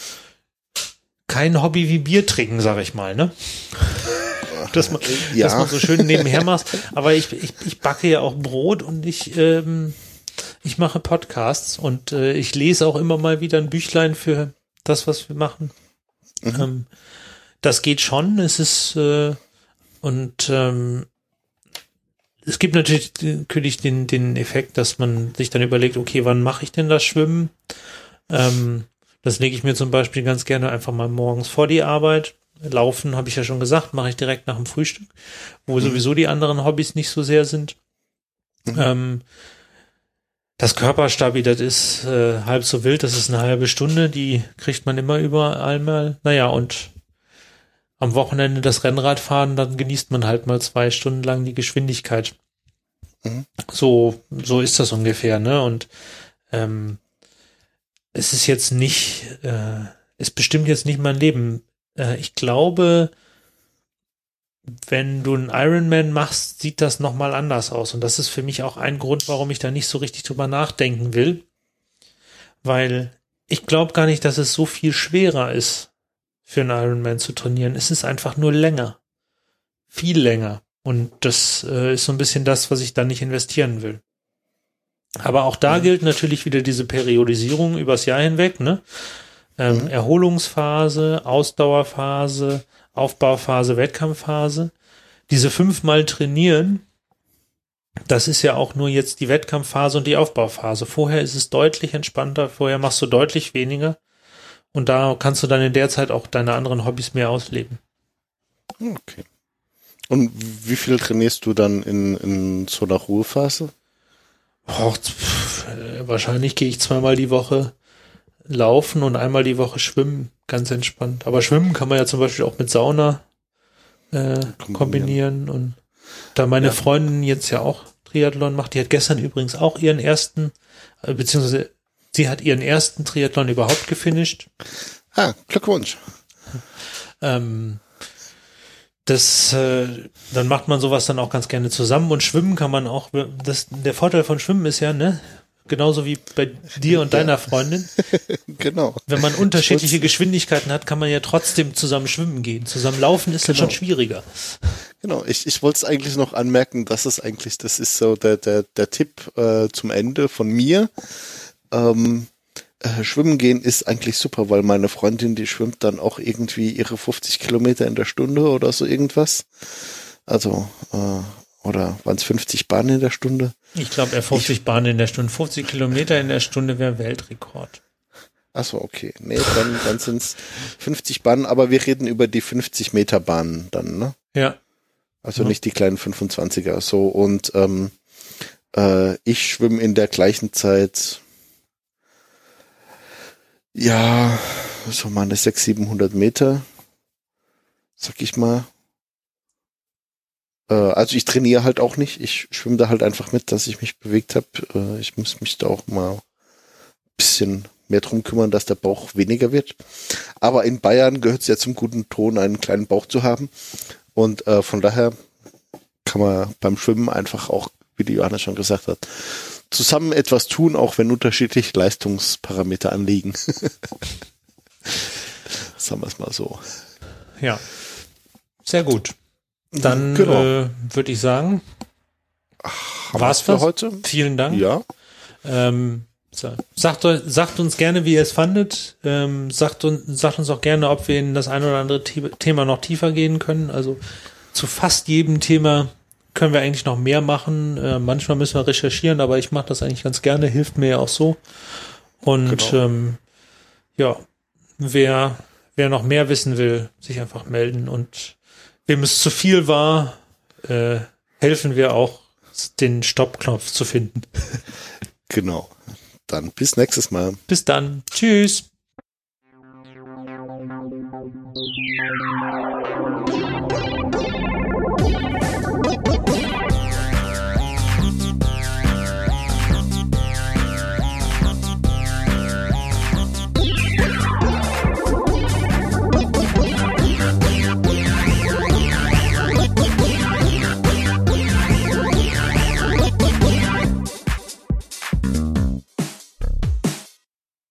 Hobby wie Bier trinken, sag ich mal, ne? Dass man so schön nebenher macht. Aber ich backe ja auch Brot und ich mache Podcasts und ich lese auch immer mal wieder ein Büchlein für das, was wir machen. Mhm. Das geht schon. Es ist es gibt natürlich den Effekt, dass man sich dann überlegt, okay, wann mache ich denn das Schwimmen? Das lege ich mir zum Beispiel ganz gerne einfach mal morgens vor die Arbeit. Laufen, habe ich ja schon gesagt, mache ich direkt nach dem Frühstück, wo sowieso die anderen Hobbys nicht so sehr sind. Das Körperstabi, das ist halb so wild, das ist eine halbe Stunde, die kriegt man immer überall mal. Naja, und am Wochenende das Rennradfahren, dann genießt man halt mal 2 Stunden lang die Geschwindigkeit. So ist das ungefähr, ne? Und es ist jetzt nicht, es bestimmt jetzt nicht mein Leben. Ich glaube, wenn du einen Ironman machst, sieht das nochmal anders aus. Und das ist für mich auch ein Grund, warum ich da nicht so richtig drüber nachdenken will. Weil ich glaube gar nicht, dass es so viel schwerer ist, für einen Ironman zu trainieren. Es ist einfach nur länger. Viel länger. Und das ist so ein bisschen das, was ich da nicht investieren will. Aber auch da gilt natürlich wieder diese Periodisierung übers Jahr hinweg, ne? Erholungsphase, Ausdauerphase, Aufbauphase, Wettkampfphase. Diese 5-mal trainieren, das ist ja auch nur jetzt die Wettkampfphase und die Aufbauphase. Vorher ist es deutlich entspannter, vorher machst du deutlich weniger und da kannst du dann in der Zeit auch deine anderen Hobbys mehr ausleben.
Okay. Und wie viel trainierst du dann in so einer Ruhephase?
Wahrscheinlich gehe ich 2-mal die Woche laufen und 1-mal die Woche schwimmen, ganz entspannt. Aber schwimmen kann man ja zum Beispiel auch mit Sauna kombinieren. Und da meine Freundin jetzt ja auch Triathlon macht, die hat gestern übrigens auch ihren ersten, beziehungsweise sie hat ihren ersten Triathlon überhaupt gefinisht.
Glückwunsch.
Dann macht man sowas dann auch ganz gerne zusammen und schwimmen kann man auch, der Vorteil von Schwimmen ist ja, ne, genauso wie bei dir und deiner Freundin.
Genau.
Wenn man unterschiedliche Geschwindigkeiten hat, kann man ja trotzdem zusammen schwimmen gehen. Zusammen laufen ist dann schon schwieriger.
Genau, ich wollte es eigentlich noch anmerken, das ist so der Tipp zum Ende von mir. Schwimmen gehen ist eigentlich super, weil meine Freundin, die schwimmt dann auch irgendwie ihre 50 Kilometer in der Stunde oder so irgendwas. Also, oder waren es 50 Bahnen in der Stunde?
Ich glaube, 50 Bahnen in der Stunde. 50 Kilometer in der Stunde wäre Weltrekord.
Achso, okay. Nee, dann sind es 50 Bahnen, aber wir reden über die 50 Meter Bahnen dann, ne?
Ja.
Also nicht die kleinen 25er. So, und ich schwimme in der gleichen Zeit so meine 600-700 Meter, sag ich mal. Also ich trainiere halt auch nicht. Ich schwimme da halt einfach mit, dass ich mich bewegt habe. Ich muss mich da auch mal ein bisschen mehr drum kümmern, dass der Bauch weniger wird. Aber in Bayern gehört es ja zum guten Ton, einen kleinen Bauch zu haben. Und von daher kann man beim Schwimmen einfach auch, wie die Johanna schon gesagt hat, zusammen etwas tun, auch wenn unterschiedliche Leistungsparameter anliegen. Sagen wir es mal so.
Ja, sehr gut. Dann würde ich sagen, war's für heute. Vielen Dank.
Ja.
Sagt uns gerne, wie ihr es fandet. Sagt uns auch gerne, ob wir in das ein oder andere Thema noch tiefer gehen können. Also zu fast jedem Thema können wir eigentlich noch mehr machen. Manchmal müssen wir recherchieren, aber ich mache das eigentlich ganz gerne. Hilft mir ja auch so. Und wer noch mehr wissen will, sich einfach melden. Und wem es zu viel war, helfen wir auch, den Stoppknopf zu finden.
Genau. Dann bis nächstes Mal.
Bis dann. Tschüss.